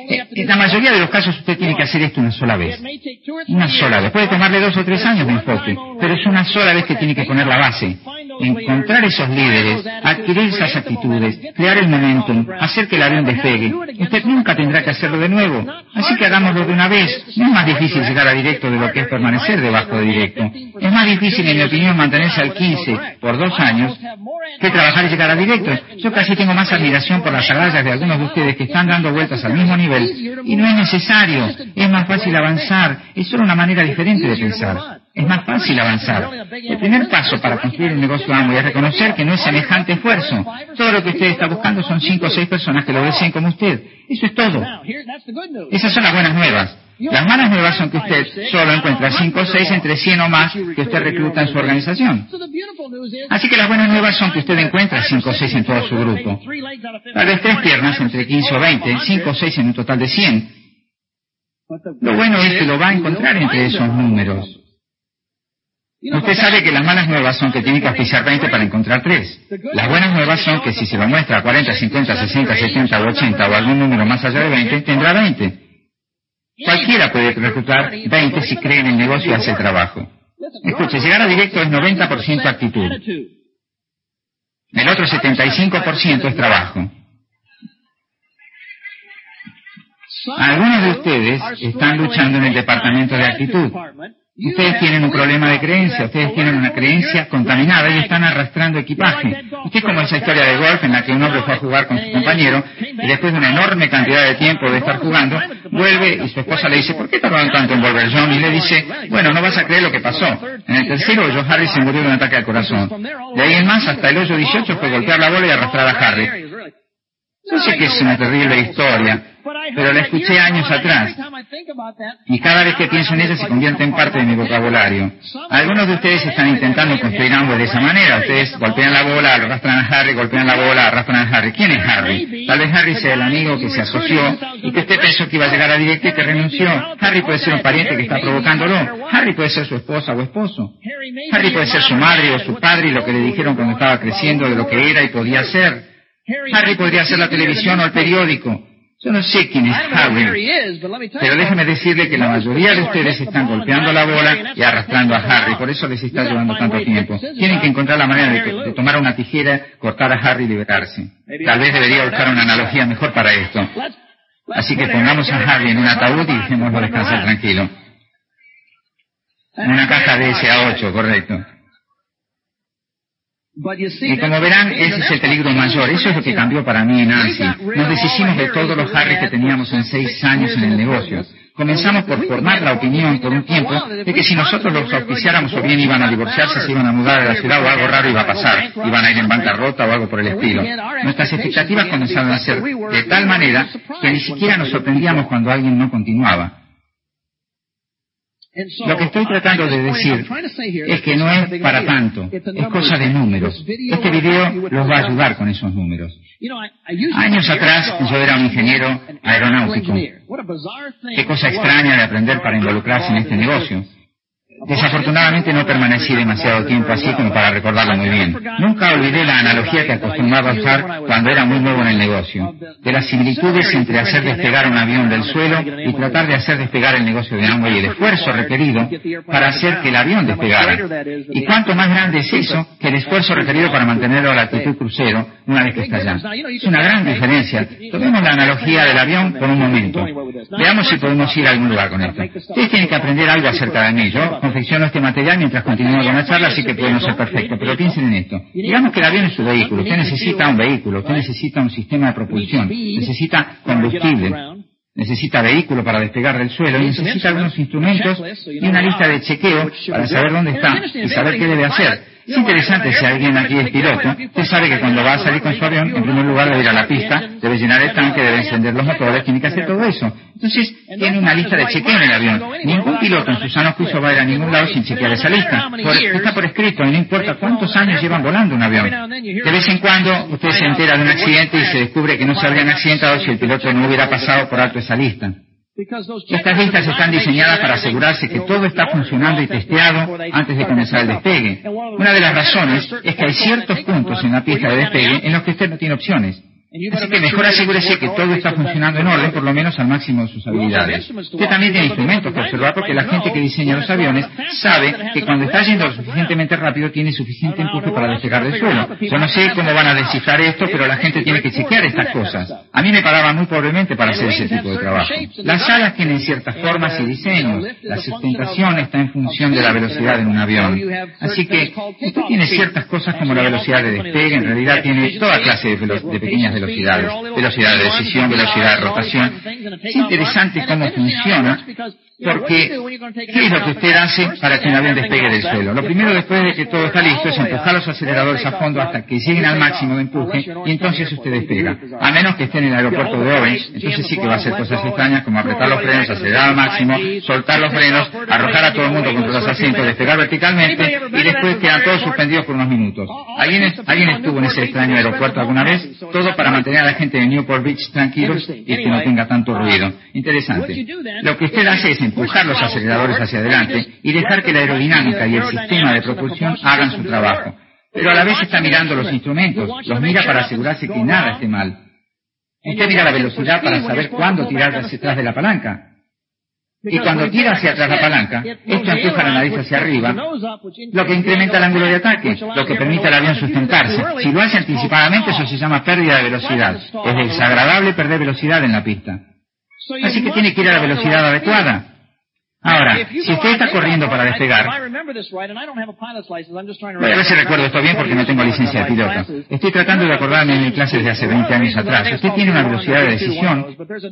En la mayoría de los casos usted tiene que hacer esto una sola vez. Una sola vez. Puede tomarle 2 o 3 años de enfoque, pero es una sola vez que tiene que poner la base. Encontrar esos líderes, adquirir esas actitudes, crear el momentum, hacer que el avión despegue. Usted nunca tendrá que hacerlo de nuevo. Así que hagámoslo de una vez. No es más difícil llegar a directo de lo que es permanecer debajo de directo. Es más difícil, en mi opinión, mantenerse al 15 por 2 años que trabajar y llegar a directo. Yo casi tengo más admiración por las agallas de algunos de ustedes que están dando vueltas al mismo nivel, y no es necesario. Es más fácil avanzar. Es solo una manera diferente de pensar. Es más fácil avanzar. El primer paso para construir un negocio Amway es reconocer que no es semejante esfuerzo. Todo lo que usted está buscando son 5 o 6 personas que lo deseen como usted. Eso es todo. Esas son las buenas nuevas. Las malas nuevas son que usted solo encuentra 5 o 6 entre 100 o más que usted recluta en su organización. Así que las buenas nuevas son que usted encuentra 5 o 6 en todo su grupo. Tal vez 3 piernas entre 15 o 20, 5 o 6 en un total de 100. Lo bueno es que lo va a encontrar entre esos números. Usted sabe que las malas nuevas son que tiene que auspiciar 20 para encontrar 3. Las buenas nuevas son que si se lo muestra a 40, 50, 60, 70 o 80 o algún número más allá de 20, tendrá 20. Cualquiera puede reclutar 20 si cree en el negocio y hace el trabajo. Escuche, llegar a directo es 90% actitud. El otro 75% es trabajo. Algunos de ustedes están luchando en el departamento de actitud. Ustedes tienen un problema de creencia, ustedes tienen una creencia contaminada y están arrastrando equipaje. Usted es como esa historia de golf en la que un hombre fue a jugar con su compañero y después de una enorme cantidad de tiempo de estar jugando, vuelve y su esposa le dice, ¿por qué tardaron tanto en volver, John? Y le dice, bueno, no vas a creer lo que pasó. En el tercero, Joe Harris se murió de un ataque al corazón. De ahí en más, hasta el hoyo 18 fue golpear la bola y arrastrar a Harry. Yo sé que es una terrible historia, pero la escuché años atrás, y cada vez que pienso en ella se convierte en parte de mi vocabulario. Algunos de ustedes están intentando construir Amway de esa manera. Ustedes golpean la bola, arrastran a Harry, golpean la bola, arrastran a Harry. ¿Quién es Harry? Tal vez Harry sea el amigo que se asoció y que usted pensó que iba a llegar a directo y que renunció. Harry puede ser un pariente que está provocándolo. Harry puede ser su esposa o esposo. Harry puede ser su madre o su padre y lo que le dijeron cuando estaba creciendo de lo que era y podía ser. Harry podría ser la televisión o el periódico. Yo no sé quién es Harry, pero déjeme decirle que la mayoría de ustedes están golpeando la bola y arrastrando a Harry, por eso les está llevando tanto tiempo. Tienen que encontrar la manera de tomar una tijera, cortar a Harry y liberarse. Tal vez debería buscar una analogía mejor para esto. Así que pongamos a Harry en un ataúd y dejémoslo descansar tranquilo. En una caja de SA8, correcto. Y como verán, ese es el peligro mayor. Eso es lo que cambió para mí en Nancy. Nos deshicimos de todos los Harry que teníamos en 6 años en el negocio. Comenzamos por formar la opinión por un tiempo de que si nosotros los auspiciáramos o bien iban a divorciarse, se iban a mudar a la ciudad o algo raro iba a pasar, iban a ir en bancarrota o algo por el estilo. Nuestras expectativas comenzaron a ser de tal manera que ni siquiera nos sorprendíamos cuando alguien no continuaba. Lo que estoy tratando de decir es que no es para tanto, es cosa de números. Este video los va a ayudar con esos números. Años atrás yo era un ingeniero aeronáutico. Qué cosa extraña de aprender para involucrarse en este negocio. Desafortunadamente no permanecí demasiado tiempo así como para recordarlo muy bien. Nunca olvidé la analogía que acostumbraba a usar cuando era muy nuevo en el negocio, de las similitudes entre hacer despegar un avión del suelo y tratar de hacer despegar el negocio de Amway y el esfuerzo requerido para hacer que el avión despegara. Y cuánto más grande es eso que el esfuerzo requerido para mantenerlo a la altitud crucero una vez que está allá. Es una gran diferencia. Tomemos la analogía del avión por un momento. Veamos si podemos ir a algún lugar con esto. Ustedes tienen que aprender algo acerca de mí. Yo confecciono este material mientras continúo con la charla, así que puede no ser perfecto, pero piensen en esto. Digamos que el avión es su vehículo. Usted necesita un vehículo, usted necesita un sistema de propulsión, necesita combustible, necesita vehículo para despegar del suelo y necesita algunos instrumentos y una lista de chequeo para saber dónde está y saber qué debe hacer. Es interesante si alguien aquí es piloto. Usted sabe que cuando va a salir con su avión, en primer lugar debe ir a la pista, debe llenar el tanque, debe encender los motores, tiene que hacer todo eso. Entonces, tiene una lista de chequeo en el avión. Ningún piloto en su sano juicio va a ir a ningún lado sin chequear esa lista. Está por escrito y no importa cuántos años llevan volando un avión. De vez en cuando, usted se entera de un accidente y se descubre que no se habrían accidentado si el piloto no hubiera pasado por alto esa lista. Estas listas están diseñadas para asegurarse que todo está funcionando y testeado antes de comenzar el despegue. Una de las razones es que hay ciertos puntos en la pista de despegue en los que usted no tiene opciones. Así que mejor asegúrese que todo está funcionando en orden, por lo menos al máximo de sus habilidades. Usted también tiene instrumentos que observar porque la gente que diseña los aviones sabe que cuando está yendo lo suficientemente rápido tiene suficiente empuje para despegar del suelo. Yo no sé cómo van a descifrar esto, pero la gente tiene que chequear estas cosas. A mí me pagaban muy pobremente para hacer ese tipo de trabajo. Las alas tienen ciertas formas y diseños. La sustentación está en función de la velocidad en un avión. Así que usted tiene ciertas cosas como la velocidad de despegue, en realidad tiene toda clase de pequeñas velocidades, velocidad de decisión, velocidad de rotación. Es interesante cómo funciona, porque ¿qué es lo que usted hace para que un avión despegue del suelo? Lo primero, después de que todo está listo, es empujar los aceleradores a fondo hasta que lleguen al máximo de empuje, y entonces usted despega. A menos que esté en el aeropuerto de Orange, entonces sí que va a hacer cosas extrañas como apretar los frenos, acelerar al máximo, soltar los frenos, arrojar a todo el mundo contra los asientos, despegar verticalmente, y después quedan todos suspendidos por unos minutos. ¿Alguien estuvo en ese extraño aeropuerto alguna vez? Todo para mantener a la gente de Newport Beach tranquilos y que no tenga tanto ruido. Interesante. Lo que usted hace es empujar los aceleradores hacia adelante y dejar que la aerodinámica y el sistema de propulsión hagan su trabajo. Pero a la vez está mirando los instrumentos, los mira para asegurarse que nada esté mal. Usted mira la velocidad para saber cuándo tirar hacia atrás de la palanca. Y cuando tira hacia atrás la palanca, esto empuja la nariz hacia arriba, lo que incrementa el ángulo de ataque, lo que permite al avión sustentarse. Si lo hace anticipadamente, eso se llama pérdida de velocidad. Es desagradable perder velocidad en la pista. Así que tiene que ir a la velocidad adecuada. Ahora, si usted está corriendo para despegar, voy a ver si recuerdo esto bien porque no tengo licencia de piloto. Estoy tratando de acordarme de mis clases de hace 20 años atrás. Usted tiene una velocidad de decisión,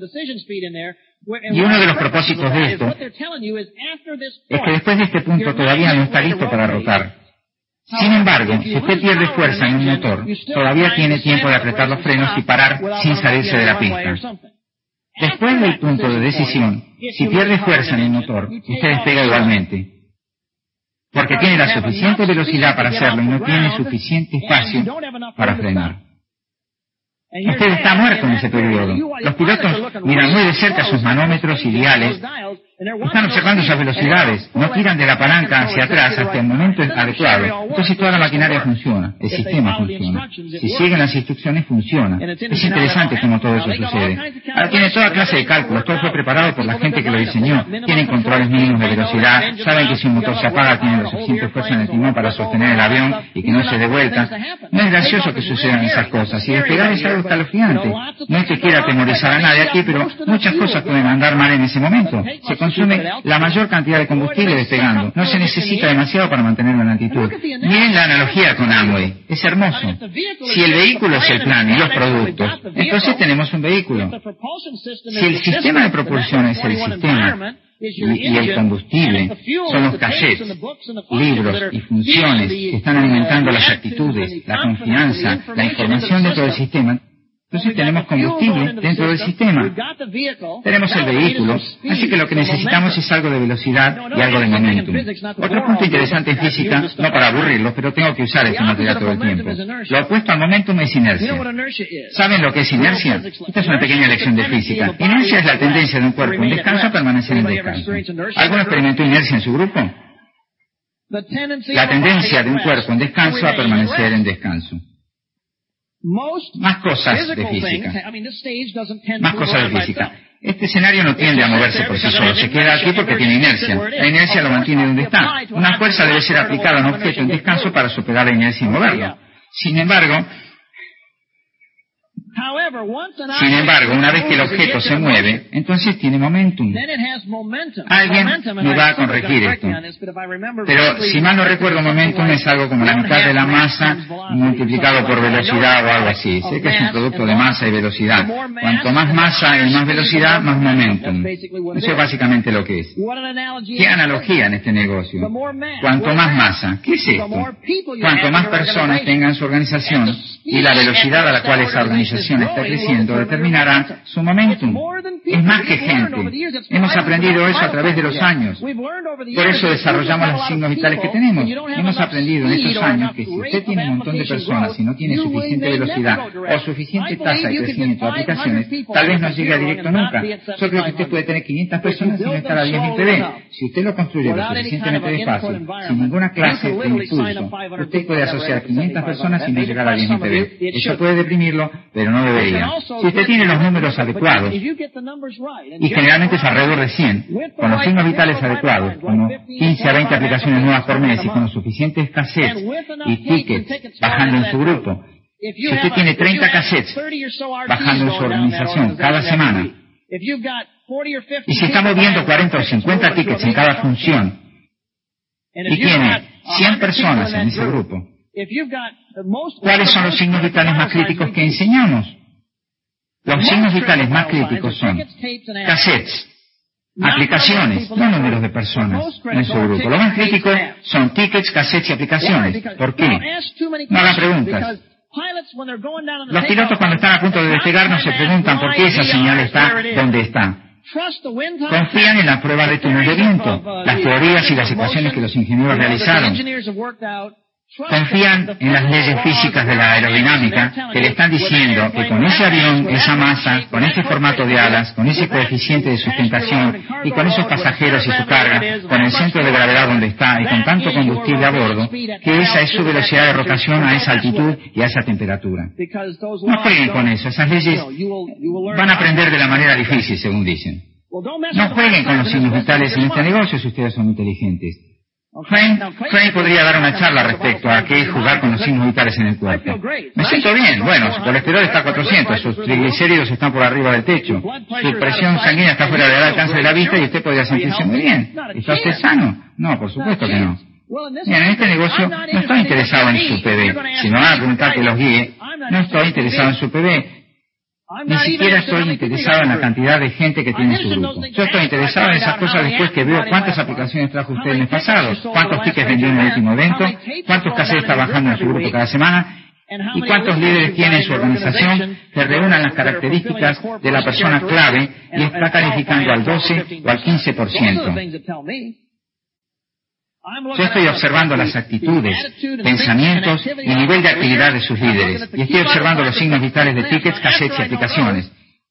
y uno de los propósitos de esto es que después de este punto todavía no está listo para rotar. Sin embargo, si usted pierde fuerza en un motor, todavía tiene tiempo de apretar los frenos y parar sin salirse de la pista. Después del punto de decisión, si pierde fuerza en el motor, usted despega igualmente, porque tiene la suficiente velocidad para hacerlo y no tiene suficiente espacio para frenar. Usted está muerto en ese periodo. Los pilotos miran muy de cerca sus manómetros y diales. Están observando esas velocidades. No tiran de la palanca hacia atrás hasta el momento adecuado. Entonces toda la maquinaria funciona. El sistema funciona. Si siguen las instrucciones, funciona. Es interesante cómo todo eso sucede. Ahora tiene toda clase de cálculos. Todo fue preparado por la gente que lo diseñó. Tienen controles mínimos de velocidad. Saben que si un motor se apaga, tienen la suficiente fuerza en el timón para sostener el avión y que no se dé vuelta. No es gracioso que sucedan esas cosas. Y despegar es algo escalofriante. No es que quiera atemorizar a nadie aquí, pero muchas cosas pueden andar mal en ese momento. Se consume la mayor cantidad de combustible despegando. No se necesita demasiado para mantenerlo en altitud. Miren la analogía con Amway. Es hermoso. Si el vehículo es el plan y los productos, entonces tenemos un vehículo. Si el sistema de propulsión es el sistema y el combustible son los cachets, libros y funciones que están alimentando las actitudes, la confianza, la información dentro del sistema, entonces tenemos combustible dentro del sistema. Tenemos el vehículo, así que lo que necesitamos es algo de velocidad y algo de momentum. Otro punto interesante en física, no para aburrirlos, pero tengo que usar este material todo el tiempo. Lo opuesto al momentum es inercia. ¿Saben lo que es inercia? Esta es una pequeña lección de física. Inercia es la tendencia de un cuerpo en descanso a permanecer en descanso. ¿Alguno experimentó inercia en su grupo? La tendencia de un cuerpo en descanso a permanecer en descanso. Más cosas de física. Más cosas de física. Este escenario no tiende a moverse por sí solo. Se queda aquí porque tiene inercia. La inercia lo mantiene donde está. Una fuerza debe ser aplicada a un objeto en descanso para superar la inercia y moverlo. Sin embargo, una vez que el objeto se mueve, entonces tiene momentum. Alguien me va a corregir esto. Pero si mal no recuerdo, momentum es algo como la mitad de la masa multiplicado por velocidad o algo así. Sé que es un producto de masa y velocidad. Cuanto más masa y más velocidad, más momentum. Eso es básicamente lo que es. ¿Qué analogía en este negocio? Cuanto más masa. ¿Qué es esto? Cuanto más personas tengan su organización y la velocidad a la cual esa organización está creciendo determinará su momentum. Es más que gente. Hemos aprendido eso a través de los años. Por eso desarrollamos los signos vitales que tenemos. Hemos aprendido en estos años que si usted tiene un montón de personas y no tiene suficiente velocidad o suficiente tasa de crecimiento de aplicaciones, tal vez no llegue a directo nunca. Yo creo que usted puede tener 500 personas sin estar a 10.000 PB. Si usted lo construye lo suficientemente despacio, sin ninguna clase de impulso, usted puede asociar 500 personas sin no llegar a 10.000 PB. Eso puede deprimirlo, pero no debería. día. Si usted tiene los números adecuados, y generalmente es alrededor de 100, con los signos vitales adecuados, como 15 a 20 aplicaciones nuevas por mes y con los suficientes cassettes y tickets bajando en su grupo, si usted tiene 30 cassettes bajando en su organización cada semana, y si está moviendo 40 o 50 tickets en cada función, y tiene 100 personas en ese grupo, ¿cuáles son los signos vitales más críticos que enseñamos? Los signos vitales más críticos son cassettes, aplicaciones, no números de personas en su grupo. Lo más crítico son tickets, cassettes y aplicaciones. ¿Por qué? No hagan preguntas. Los pilotos cuando están a punto de despegar no se preguntan por qué esa señal está donde está. Confían en la prueba de túnel de viento, las teorías y las ecuaciones que los ingenieros realizaron. Confían en las leyes físicas de la aerodinámica que le están diciendo que con ese avión, esa masa, con ese formato de alas, con ese coeficiente de sustentación y con esos pasajeros y su carga, con el centro de gravedad donde está y con tanto combustible a bordo, que esa es su velocidad de rotación a esa altitud y a esa temperatura. No jueguen con eso, esas leyes van a aprender de la manera difícil, según dicen. No jueguen con los signos vitales en este negocio si ustedes son inteligentes. Frank podría dar una charla respecto a qué es jugar con los signos vitales en el cuerpo. Me siento bien. Bueno, su colesterol está a 400, sus triglicéridos están por arriba del techo, su presión sanguínea está fuera del alcance de la vista y usted podría sentirse muy bien. ¿Está usted sano? No, por supuesto que no. Bien, en este negocio no estoy interesado en su PB. Si me van a preguntar que los guíe, no estoy interesado en su PB. Ni siquiera estoy interesado en la cantidad de gente que tiene en su grupo. Yo estoy interesado en esas cosas después que veo cuántas aplicaciones trajo usted el mes pasado, cuántos tickets vendió en el último evento, cuántos cassettes está bajando en su grupo cada semana, y cuántos líderes tiene en su organización que reúnan las características de la persona clave y está calificando al 12 o al 15%. Yo estoy observando las actitudes, pensamientos y nivel de actividad de sus líderes. Y estoy observando los signos vitales de tickets, cassettes y aplicaciones.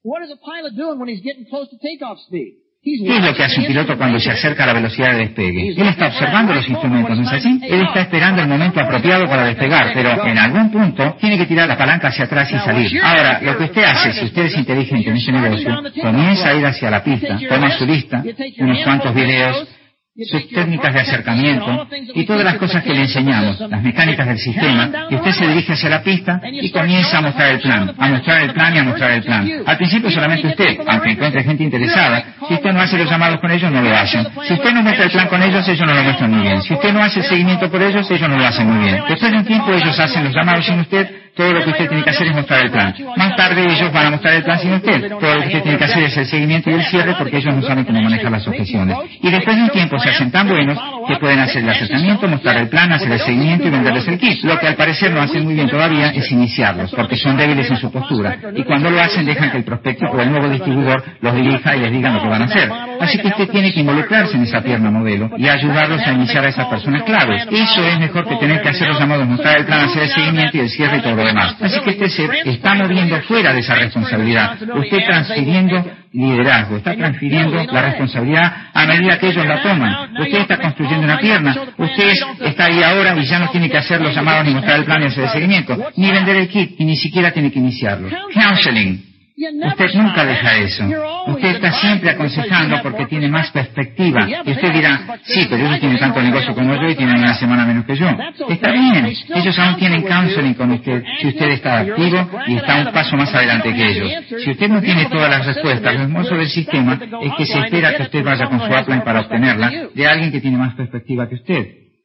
¿Qué es lo que hace un piloto cuando se acerca a la velocidad de despegue? Él está observando los instrumentos, ¿no es así? Él está esperando el momento apropiado para despegar, pero en algún punto tiene que tirar la palanca hacia atrás y salir. Ahora, lo que usted hace, si usted es inteligente en este negocio, comienza a ir hacia la pista, toma su lista, unos cuantos videos, sus técnicas de acercamiento y todas las cosas que le enseñamos, las mecánicas del sistema, y usted se dirige hacia la pista y comienza a mostrar el plan, a mostrar el plan y a mostrar el plan. Al principio solamente usted, aunque encuentre gente interesada, si usted no hace los llamados con ellos, no lo hacen. Si usted no muestra el plan con ellos no lo muestran muy bien. Si usted no hace el seguimiento por ellos no lo hacen muy bien. Después de un tiempo ellos hacen los llamados sin usted. Todo lo que usted tiene que hacer es mostrar el plan. Más tarde ellos van a mostrar el plan sin usted. Todo lo que usted tiene que hacer es el seguimiento y el cierre porque ellos no saben cómo manejar las objeciones. Y después de un tiempo se hacen tan buenos que pueden hacer el acercamiento, mostrar el plan, hacer el seguimiento y venderles el kit. Lo que al parecer no hacen muy bien todavía es iniciarlos porque son débiles en su postura. Y cuando lo hacen dejan que el prospecto o el nuevo distribuidor los dirija y les diga lo que van a hacer. Así que usted tiene que involucrarse en esa pierna modelo y ayudarlos a iniciar a esas personas claves. Eso es mejor que tener que hacer los llamados, mostrar el plan, hacer el seguimiento y el cierre y todo lo demás. Así que usted se está moviendo fuera de esa responsabilidad. Usted transfiriendo liderazgo, está transfiriendo la responsabilidad a medida que ellos la toman. Usted está construyendo una pierna. Usted está ahí ahora y ya no tiene que hacer los llamados ni mostrar el plan ni hacer el seguimiento, ni vender el kit, y ni siquiera tiene que iniciarlo. Counseling. Usted nunca deja eso. Usted está siempre aconsejando porque tiene más perspectiva. Y usted dirá, sí, pero ellos tienen tanto negocio como yo y tienen una semana menos que yo. Está bien, ellos aún tienen counseling con usted si usted está activo y está un paso más adelante que ellos. Si usted no tiene todas las respuestas, lo hermoso del sistema es que se espera que usted vaya con su upline para obtenerla de alguien que tiene más perspectiva que usted.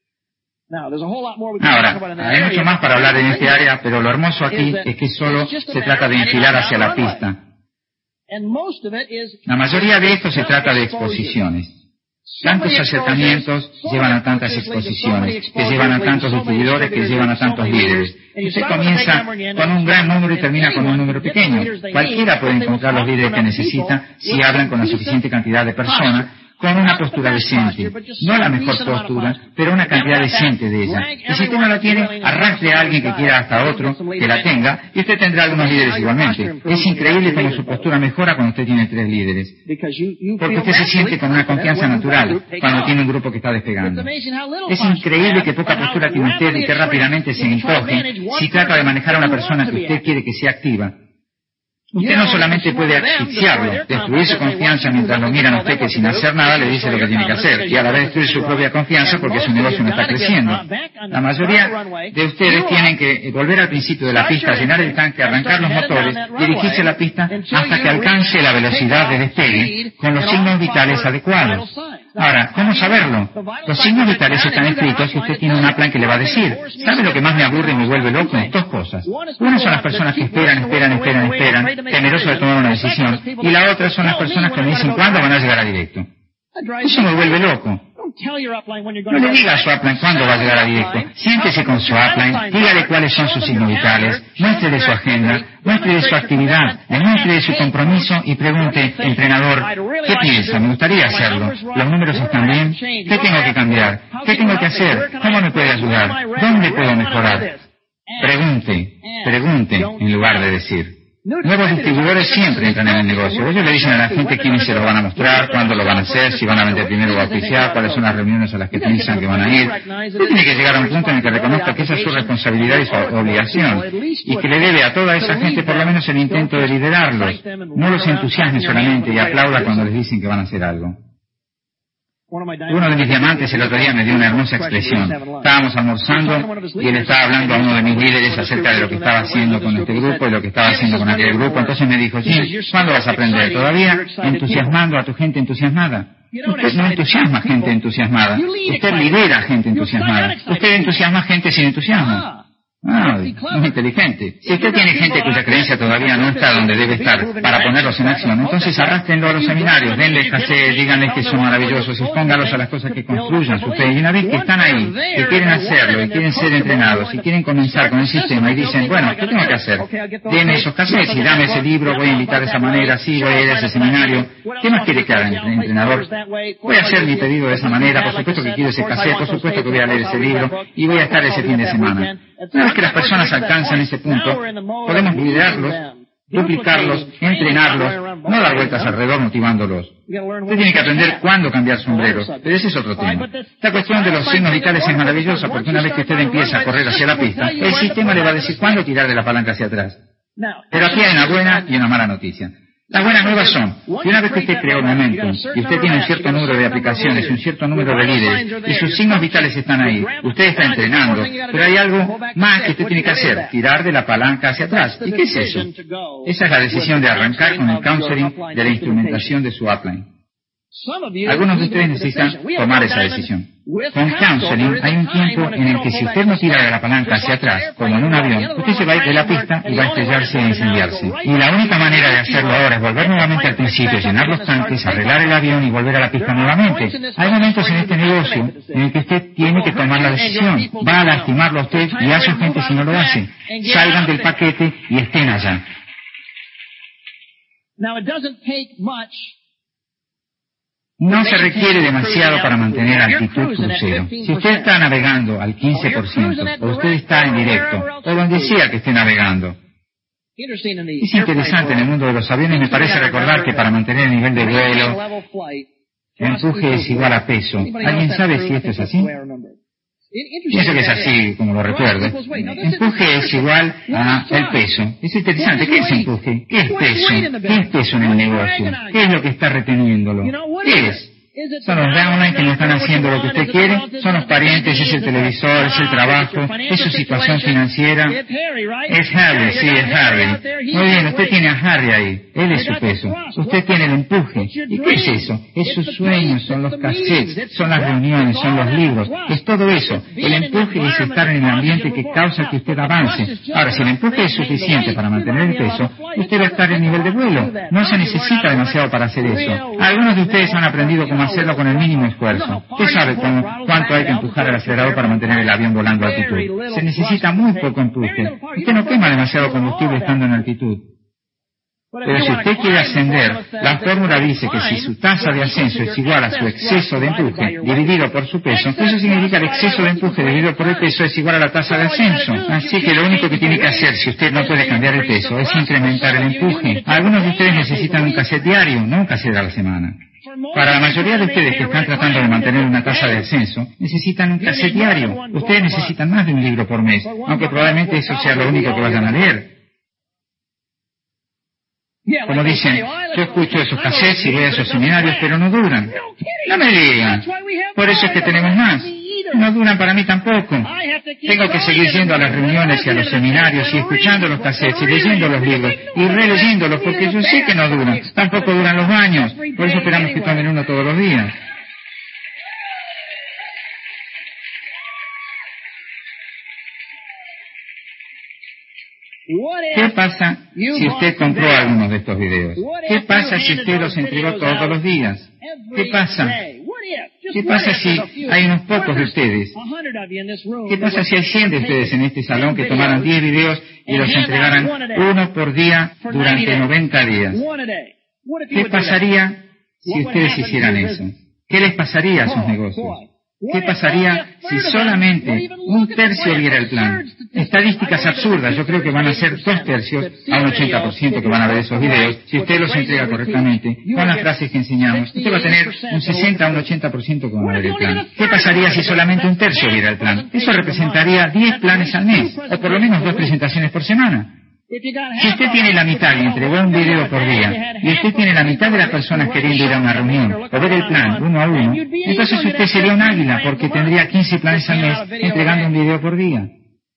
Ahora, hay mucho más para hablar en este área, pero lo hermoso aquí es que solo se trata de enfilar hacia la pista. La mayoría de esto se trata de exposiciones. Tantos acercamientos llevan a tantas exposiciones, que llevan a tantos distribuidores, que llevan a tantos líderes. Usted comienza con un gran número y termina con un número pequeño. Cualquiera puede encontrar los líderes que necesita si hablan con la suficiente cantidad de personas, con una postura decente. No la mejor postura, pero una cantidad decente de ella. Y si usted no la tiene, arrastre a alguien que quiera hasta otro que la tenga, y usted tendrá algunos líderes igualmente. Es increíble cómo su postura mejora cuando usted tiene 3 líderes. Porque usted se siente con una confianza natural cuando tiene un grupo que está despegando. Es increíble que poca postura tiene usted y que rápidamente se encoge si trata de manejar a una persona que usted quiere que sea activa. Usted no solamente puede asfixiarlo, destruir su confianza mientras lo miran a usted que sin hacer nada le dice lo que tiene que hacer, y a la vez destruir su propia confianza porque su negocio no está creciendo. La mayoría de ustedes tienen que volver al principio de la pista, llenar el tanque, arrancar los motores, dirigirse a la pista hasta que alcance la velocidad de despegue con los signos vitales adecuados. Ahora, ¿cómo saberlo? Los signos vitales están escritos y usted tiene un upline que le va a decir. ¿Sabe lo que más me aburre y me vuelve loco? Dos cosas. Una son las personas que esperan, temerosos de tomar una decisión, y la otra son las personas que me dicen cuándo van a llegar a directo. Eso me vuelve loco. No le diga a su upline cuándo va a llegar a directo. Siéntese con su upline, dígale cuáles son sus signos vitales, muéstrele su agenda, muéstrele su actividad, demuéstrele su compromiso y pregunte, entrenador, ¿qué piensa? Me gustaría hacerlo. ¿Los números están bien? ¿Qué tengo que cambiar? ¿Qué tengo que hacer? ¿Cómo me puede ayudar? ¿Dónde puedo mejorar? Pregunte en lugar de decir. Nuevos distribuidores siempre entran en el negocio. Ellos le dicen a la gente quiénes se lo van a mostrar, cuándo lo van a hacer, si van a vender primero o auspiciar, cuáles son las reuniones a las que piensan que van a ir. Usted tiene que llegar a un punto en el que reconozca que esa es su responsabilidad y su obligación, y que le debe a toda esa gente por lo menos el intento de liderarlos. No los entusiasme solamente y aplauda cuando les dicen que van a hacer algo. Uno de mis diamantes el otro día me dio una hermosa expresión. Estábamos almorzando y él estaba hablando a uno de mis líderes acerca de lo que estaba haciendo con este grupo y lo que estaba haciendo con aquel grupo. Entonces me dijo, Jim, ¿cuándo vas a aprender? ¿Todavía entusiasmando a tu gente entusiasmada? Usted no entusiasma gente entusiasmada. Usted lidera gente entusiasmada. Usted entusiasma gente sin entusiasmo. Muy inteligente. Si usted tiene gente cuya creencia todavía no está donde debe estar para ponerlos en acción, entonces arrástrenlo a los seminarios, denles café, díganles que son maravillosos, expóngalos a las cosas que construyan su fe. Y una vez que están ahí, que quieren hacerlo y quieren ser entrenados y quieren comenzar con el sistema y dicen, bueno, ¿qué tengo que hacer? Deme esos cafés y dame ese libro, voy a invitar de esa manera, sí, voy a ir a ese seminario. ¿Qué más quiere que haga el entrenador? Voy a hacer mi pedido de esa manera, por supuesto que quiero ese café, por supuesto que voy a leer ese libro y voy a estar ese fin de semana. Una vez que las personas alcanzan ese punto, podemos liderarlos, duplicarlos, entrenarlos, no dar vueltas alrededor motivándolos. Usted tiene que aprender cuándo cambiar sombreros, pero ese es otro tema. La cuestión de los signos vitales es maravillosa porque una vez que usted empieza a correr hacia la pista, el sistema le va a decir cuándo tirar de la palanca hacia atrás. Pero aquí hay una buena y una mala noticia. Las buenas nuevas son que una vez que usted creó Momentum y usted tiene un cierto número de aplicaciones, un cierto número de líderes y sus signos vitales están ahí, usted está entrenando, pero hay algo más que usted tiene que hacer, tirar de la palanca hacia atrás. ¿Y qué es eso? Esa es la decisión de arrancar con el counseling de la instrumentación de su upline. Algunos de ustedes necesitan tomar esa decisión. Con counseling hay un tiempo en el que si usted no tira de la palanca hacia atrás, como en un avión, usted se va a ir de la pista y va a estrellarse e incendiarse. Y la única manera de hacerlo ahora es volver nuevamente al principio, llenar los tanques, arreglar el avión y volver a la pista nuevamente. Hay momentos en este negocio en el que usted tiene que tomar la decisión. Va a lastimarlo a usted y a su gente si no lo hace. Salgan del paquete y estén allá. No se requiere demasiado para mantener altitud crucero. Si usted está navegando al 15%, o usted está en directo, o donde sea que esté navegando. Es interesante en el mundo de los aviones, me parece recordar que para mantener el nivel de vuelo, empuje es igual a peso. ¿Alguien sabe si esto es así? Pienso que es así, como lo recuerdo. Empuje es igual a el peso. Es interesante. ¿Qué es empuje? ¿Qué es peso? ¿Qué es peso en el negocio? ¿Qué es lo que está reteniéndolo? ¿Qué es? Son los downlines que no están haciendo lo que usted quiere, son los parientes, es el televisor, es el trabajo, es su situación financiera. Es Harry, sí, es Harry. Muy bien, usted tiene a Harry ahí, él es su peso. Usted tiene el empuje. ¿Y qué es eso? Es sus sueños, son los cassettes, son las reuniones, son los libros, es todo eso. El empuje es estar en el ambiente que causa que usted avance. Ahora, si el empuje es suficiente para mantener el peso, usted va a estar en nivel de vuelo. No se necesita demasiado para hacer eso. Algunos de ustedes han aprendido cómo hacerlo con el mínimo esfuerzo. Usted sabe cuánto hay que empujar al acelerador para mantener el avión volando a altitud. Se necesita muy poco empuje. Usted no quema demasiado combustible estando en altitud. Pero si usted quiere ascender, la fórmula dice que si su tasa de ascenso es igual a su exceso de empuje dividido por su peso, eso significa que el exceso de empuje dividido por el peso es igual a la tasa de ascenso. Así que lo único que tiene que hacer, si usted no puede cambiar el peso, es incrementar el empuje. Algunos de ustedes necesitan un cassette diario, no un cassette a la semana. Para la mayoría de ustedes que están tratando de mantener una tasa de ascenso, necesitan un cassette diario. Ustedes necesitan más de un libro por mes, aunque probablemente eso sea lo único que vayan a leer. Como dicen, yo escucho esos cassettes y voy a esos seminarios, pero no duran. No me digan. Por eso es que tenemos más. No duran para mí tampoco. Tengo que seguir yendo a las reuniones y a los seminarios y escuchando los cassettes y leyendo los libros y releyéndolos porque yo sé que no duran. Tampoco duran los baños. Por eso esperamos que tomen uno todos los días. ¿Qué pasa si usted compró algunos de estos videos? ¿Qué pasa si usted los entregó todos los días? ¿Qué pasa? ¿Qué pasa si hay unos pocos de ustedes? ¿Qué pasa si hay 100 de ustedes en este salón que tomaran 10 videos y los entregaran uno por día durante 90 días? ¿Qué pasaría si ustedes hicieran eso? ¿Qué les pasaría a sus negocios? ¿Qué pasaría si solamente un tercio viera el plan? Estadísticas absurdas, yo creo que van a ser 2 tercios a un 80% que van a ver esos videos. Si usted los entrega correctamente, con las frases que enseñamos, usted va a tener un 60 a un 80% que van a ver el plan. ¿Qué pasaría si solamente un tercio viera el plan? Eso representaría 10 planes al mes, o por lo menos 2 presentaciones por semana. Si usted tiene la mitad y entregó un video por día, y usted tiene la mitad de las personas queriendo ir a una reunión o ver el plan uno a uno, entonces usted sería un águila porque tendría 15 planes al mes entregando un video por día.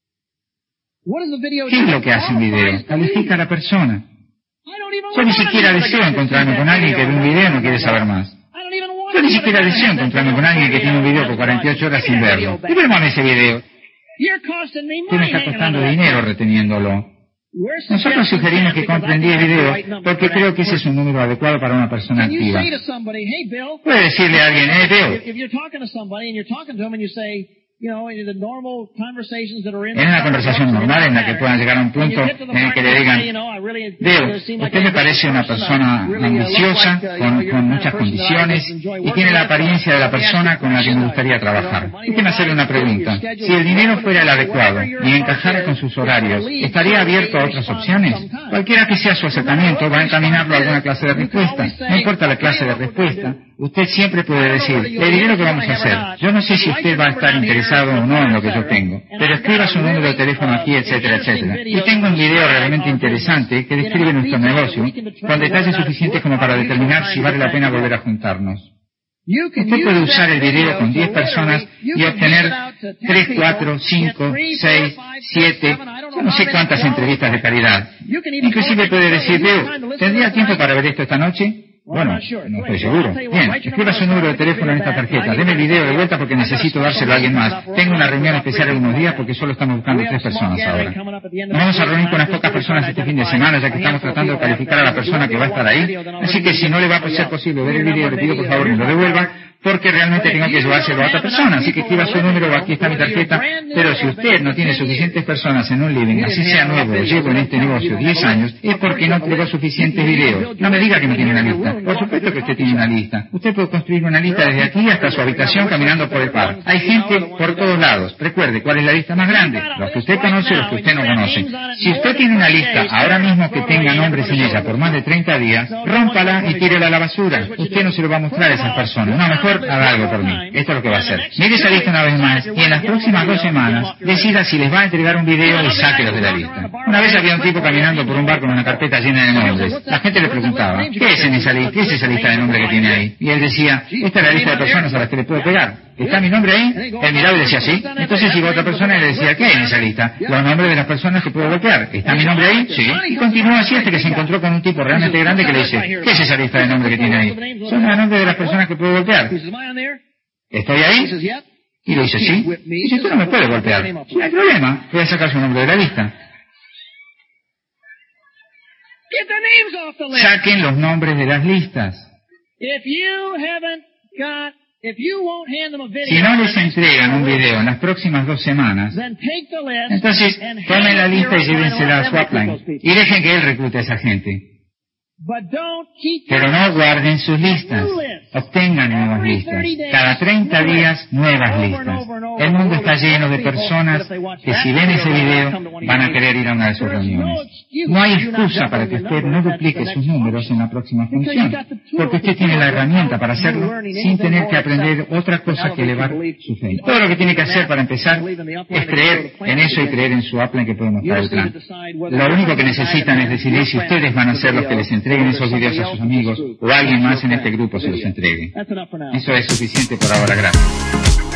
¿Qué es lo que hace un video? Califica a la persona. Yo ni siquiera deseo encontrarme con alguien que ve un video y no quiere saber más. Yo ni siquiera deseo encontrarme con alguien que tiene un video por 48 horas sin verlo. Y vemos ese video. Usted me está costando dinero reteniéndolo. Nosotros sugerimos que compren 10 videos porque creo que ese es un número adecuado para una persona activa. Puede decirle a alguien, Bill, en una conversación normal en la que puedan llegar a un punto en el que le digan, Bill, usted me parece una persona ambiciosa, con muchas condiciones, y tiene la apariencia de la persona con la que me gustaría trabajar. Déjeme hacerle una pregunta. Si el dinero fuera el adecuado y encajara con sus horarios, ¿estaría abierto a otras opciones? Cualquiera que sea su acercamiento va a encaminarlo a alguna clase de respuesta. No importa la clase de respuesta, usted siempre puede decir, le diré lo que vamos a hacer. Yo no sé si usted va a estar interesado o no en lo que yo tengo, pero escriba su número de teléfono aquí, etcétera, etcétera. Y tengo un video realmente interesante que describe nuestro negocio con detalles suficientes como para determinar si vale la pena volver a juntarnos. Usted puede usar el video con 10 personas y obtener 3, 4, 5, 6, 7, yo no sé cuántas entrevistas de calidad. Inclusive puede decir, ¿tendría tiempo para ver esto esta noche? Bueno, no estoy seguro. Bien, escriba su número de teléfono en esta tarjeta. Deme el video de vuelta porque necesito dárselo a alguien más. Tengo una reunión especial en unos días porque solo estamos buscando 3 personas ahora. Nos vamos a reunir con unas pocas personas este fin de semana ya que estamos tratando de calificar a la persona que va a estar ahí. Así que si no le va a ser posible ver el video, le pido por favor que lo devuelva porque realmente tengo que llevárselo a otra persona. Así que escriba su número, aquí está mi tarjeta. Pero si usted no tiene suficientes personas en un living, así sea nuevo, llevo en este negocio 10 años, es porque no entregó suficientes videos. No me diga que no tiene una lista. Por supuesto que usted tiene una lista. Usted puede construir una lista desde aquí hasta su habitación caminando por el parque. Hay gente por todos lados. Recuerde, ¿cuál es la lista más grande? Los que usted conoce y los que usted no conoce. Si usted tiene una lista ahora mismo que tenga nombres en ella por más de 30 días, rómpala y tírela a la basura. Usted no se lo va a mostrar a esas personas. No, mejor haga algo por mí. Esto es lo que va a hacer. Mire esa lista una vez más y en las próximas 2 semanas decida si les va a entregar un video y sáquelos de la lista. Una vez había un tipo caminando por un bar con una carpeta llena de nombres. La gente le preguntaba, ¿qué es en esa lista? ¿Qué es esa lista de nombres que tiene ahí? Y él decía, esta es la lista de personas a las que le puedo pegar. ¿Está mi nombre ahí? Él miraba y decía, sí. Entonces llegó otra persona y le decía, ¿qué hay en esa lista? Los nombres de las personas que puedo golpear. ¿Está mi nombre ahí? Sí. Y continuó así hasta que se encontró con un tipo realmente grande que le dice, ¿qué es esa lista de nombres que tiene ahí? Son los nombres de las personas que puedo golpear. ¿Estoy ahí? Y le dice, sí. Y dice, usted no me puede golpear. No hay problema, voy a sacar su nombre de la lista. Saquen los nombres de las listas. Si no les entregan un video en las próximas 2 semanas, entonces tomen la lista y llévensela a Swapline y dejen que él reclute a esa gente. Pero no guarden sus listas. Obtengan nuevas listas. Cada 30 días, nuevas listas. El mundo está lleno de personas que si ven ese video van a querer ir a una de sus reuniones. No hay excusa para que usted no duplique sus números en la próxima función, porque usted tiene la herramienta para hacerlo sin tener que aprender otra cosa que elevar su fe. Todo lo que tiene que hacer para empezar es creer en eso y creer en su upline que puede mostrar el plan. Lo único que necesitan es decidir si ustedes van a ser los que les entreguen esos videos a sus amigos o alguien más en este grupo se los entregue. Eso es suficiente por ahora, gracias.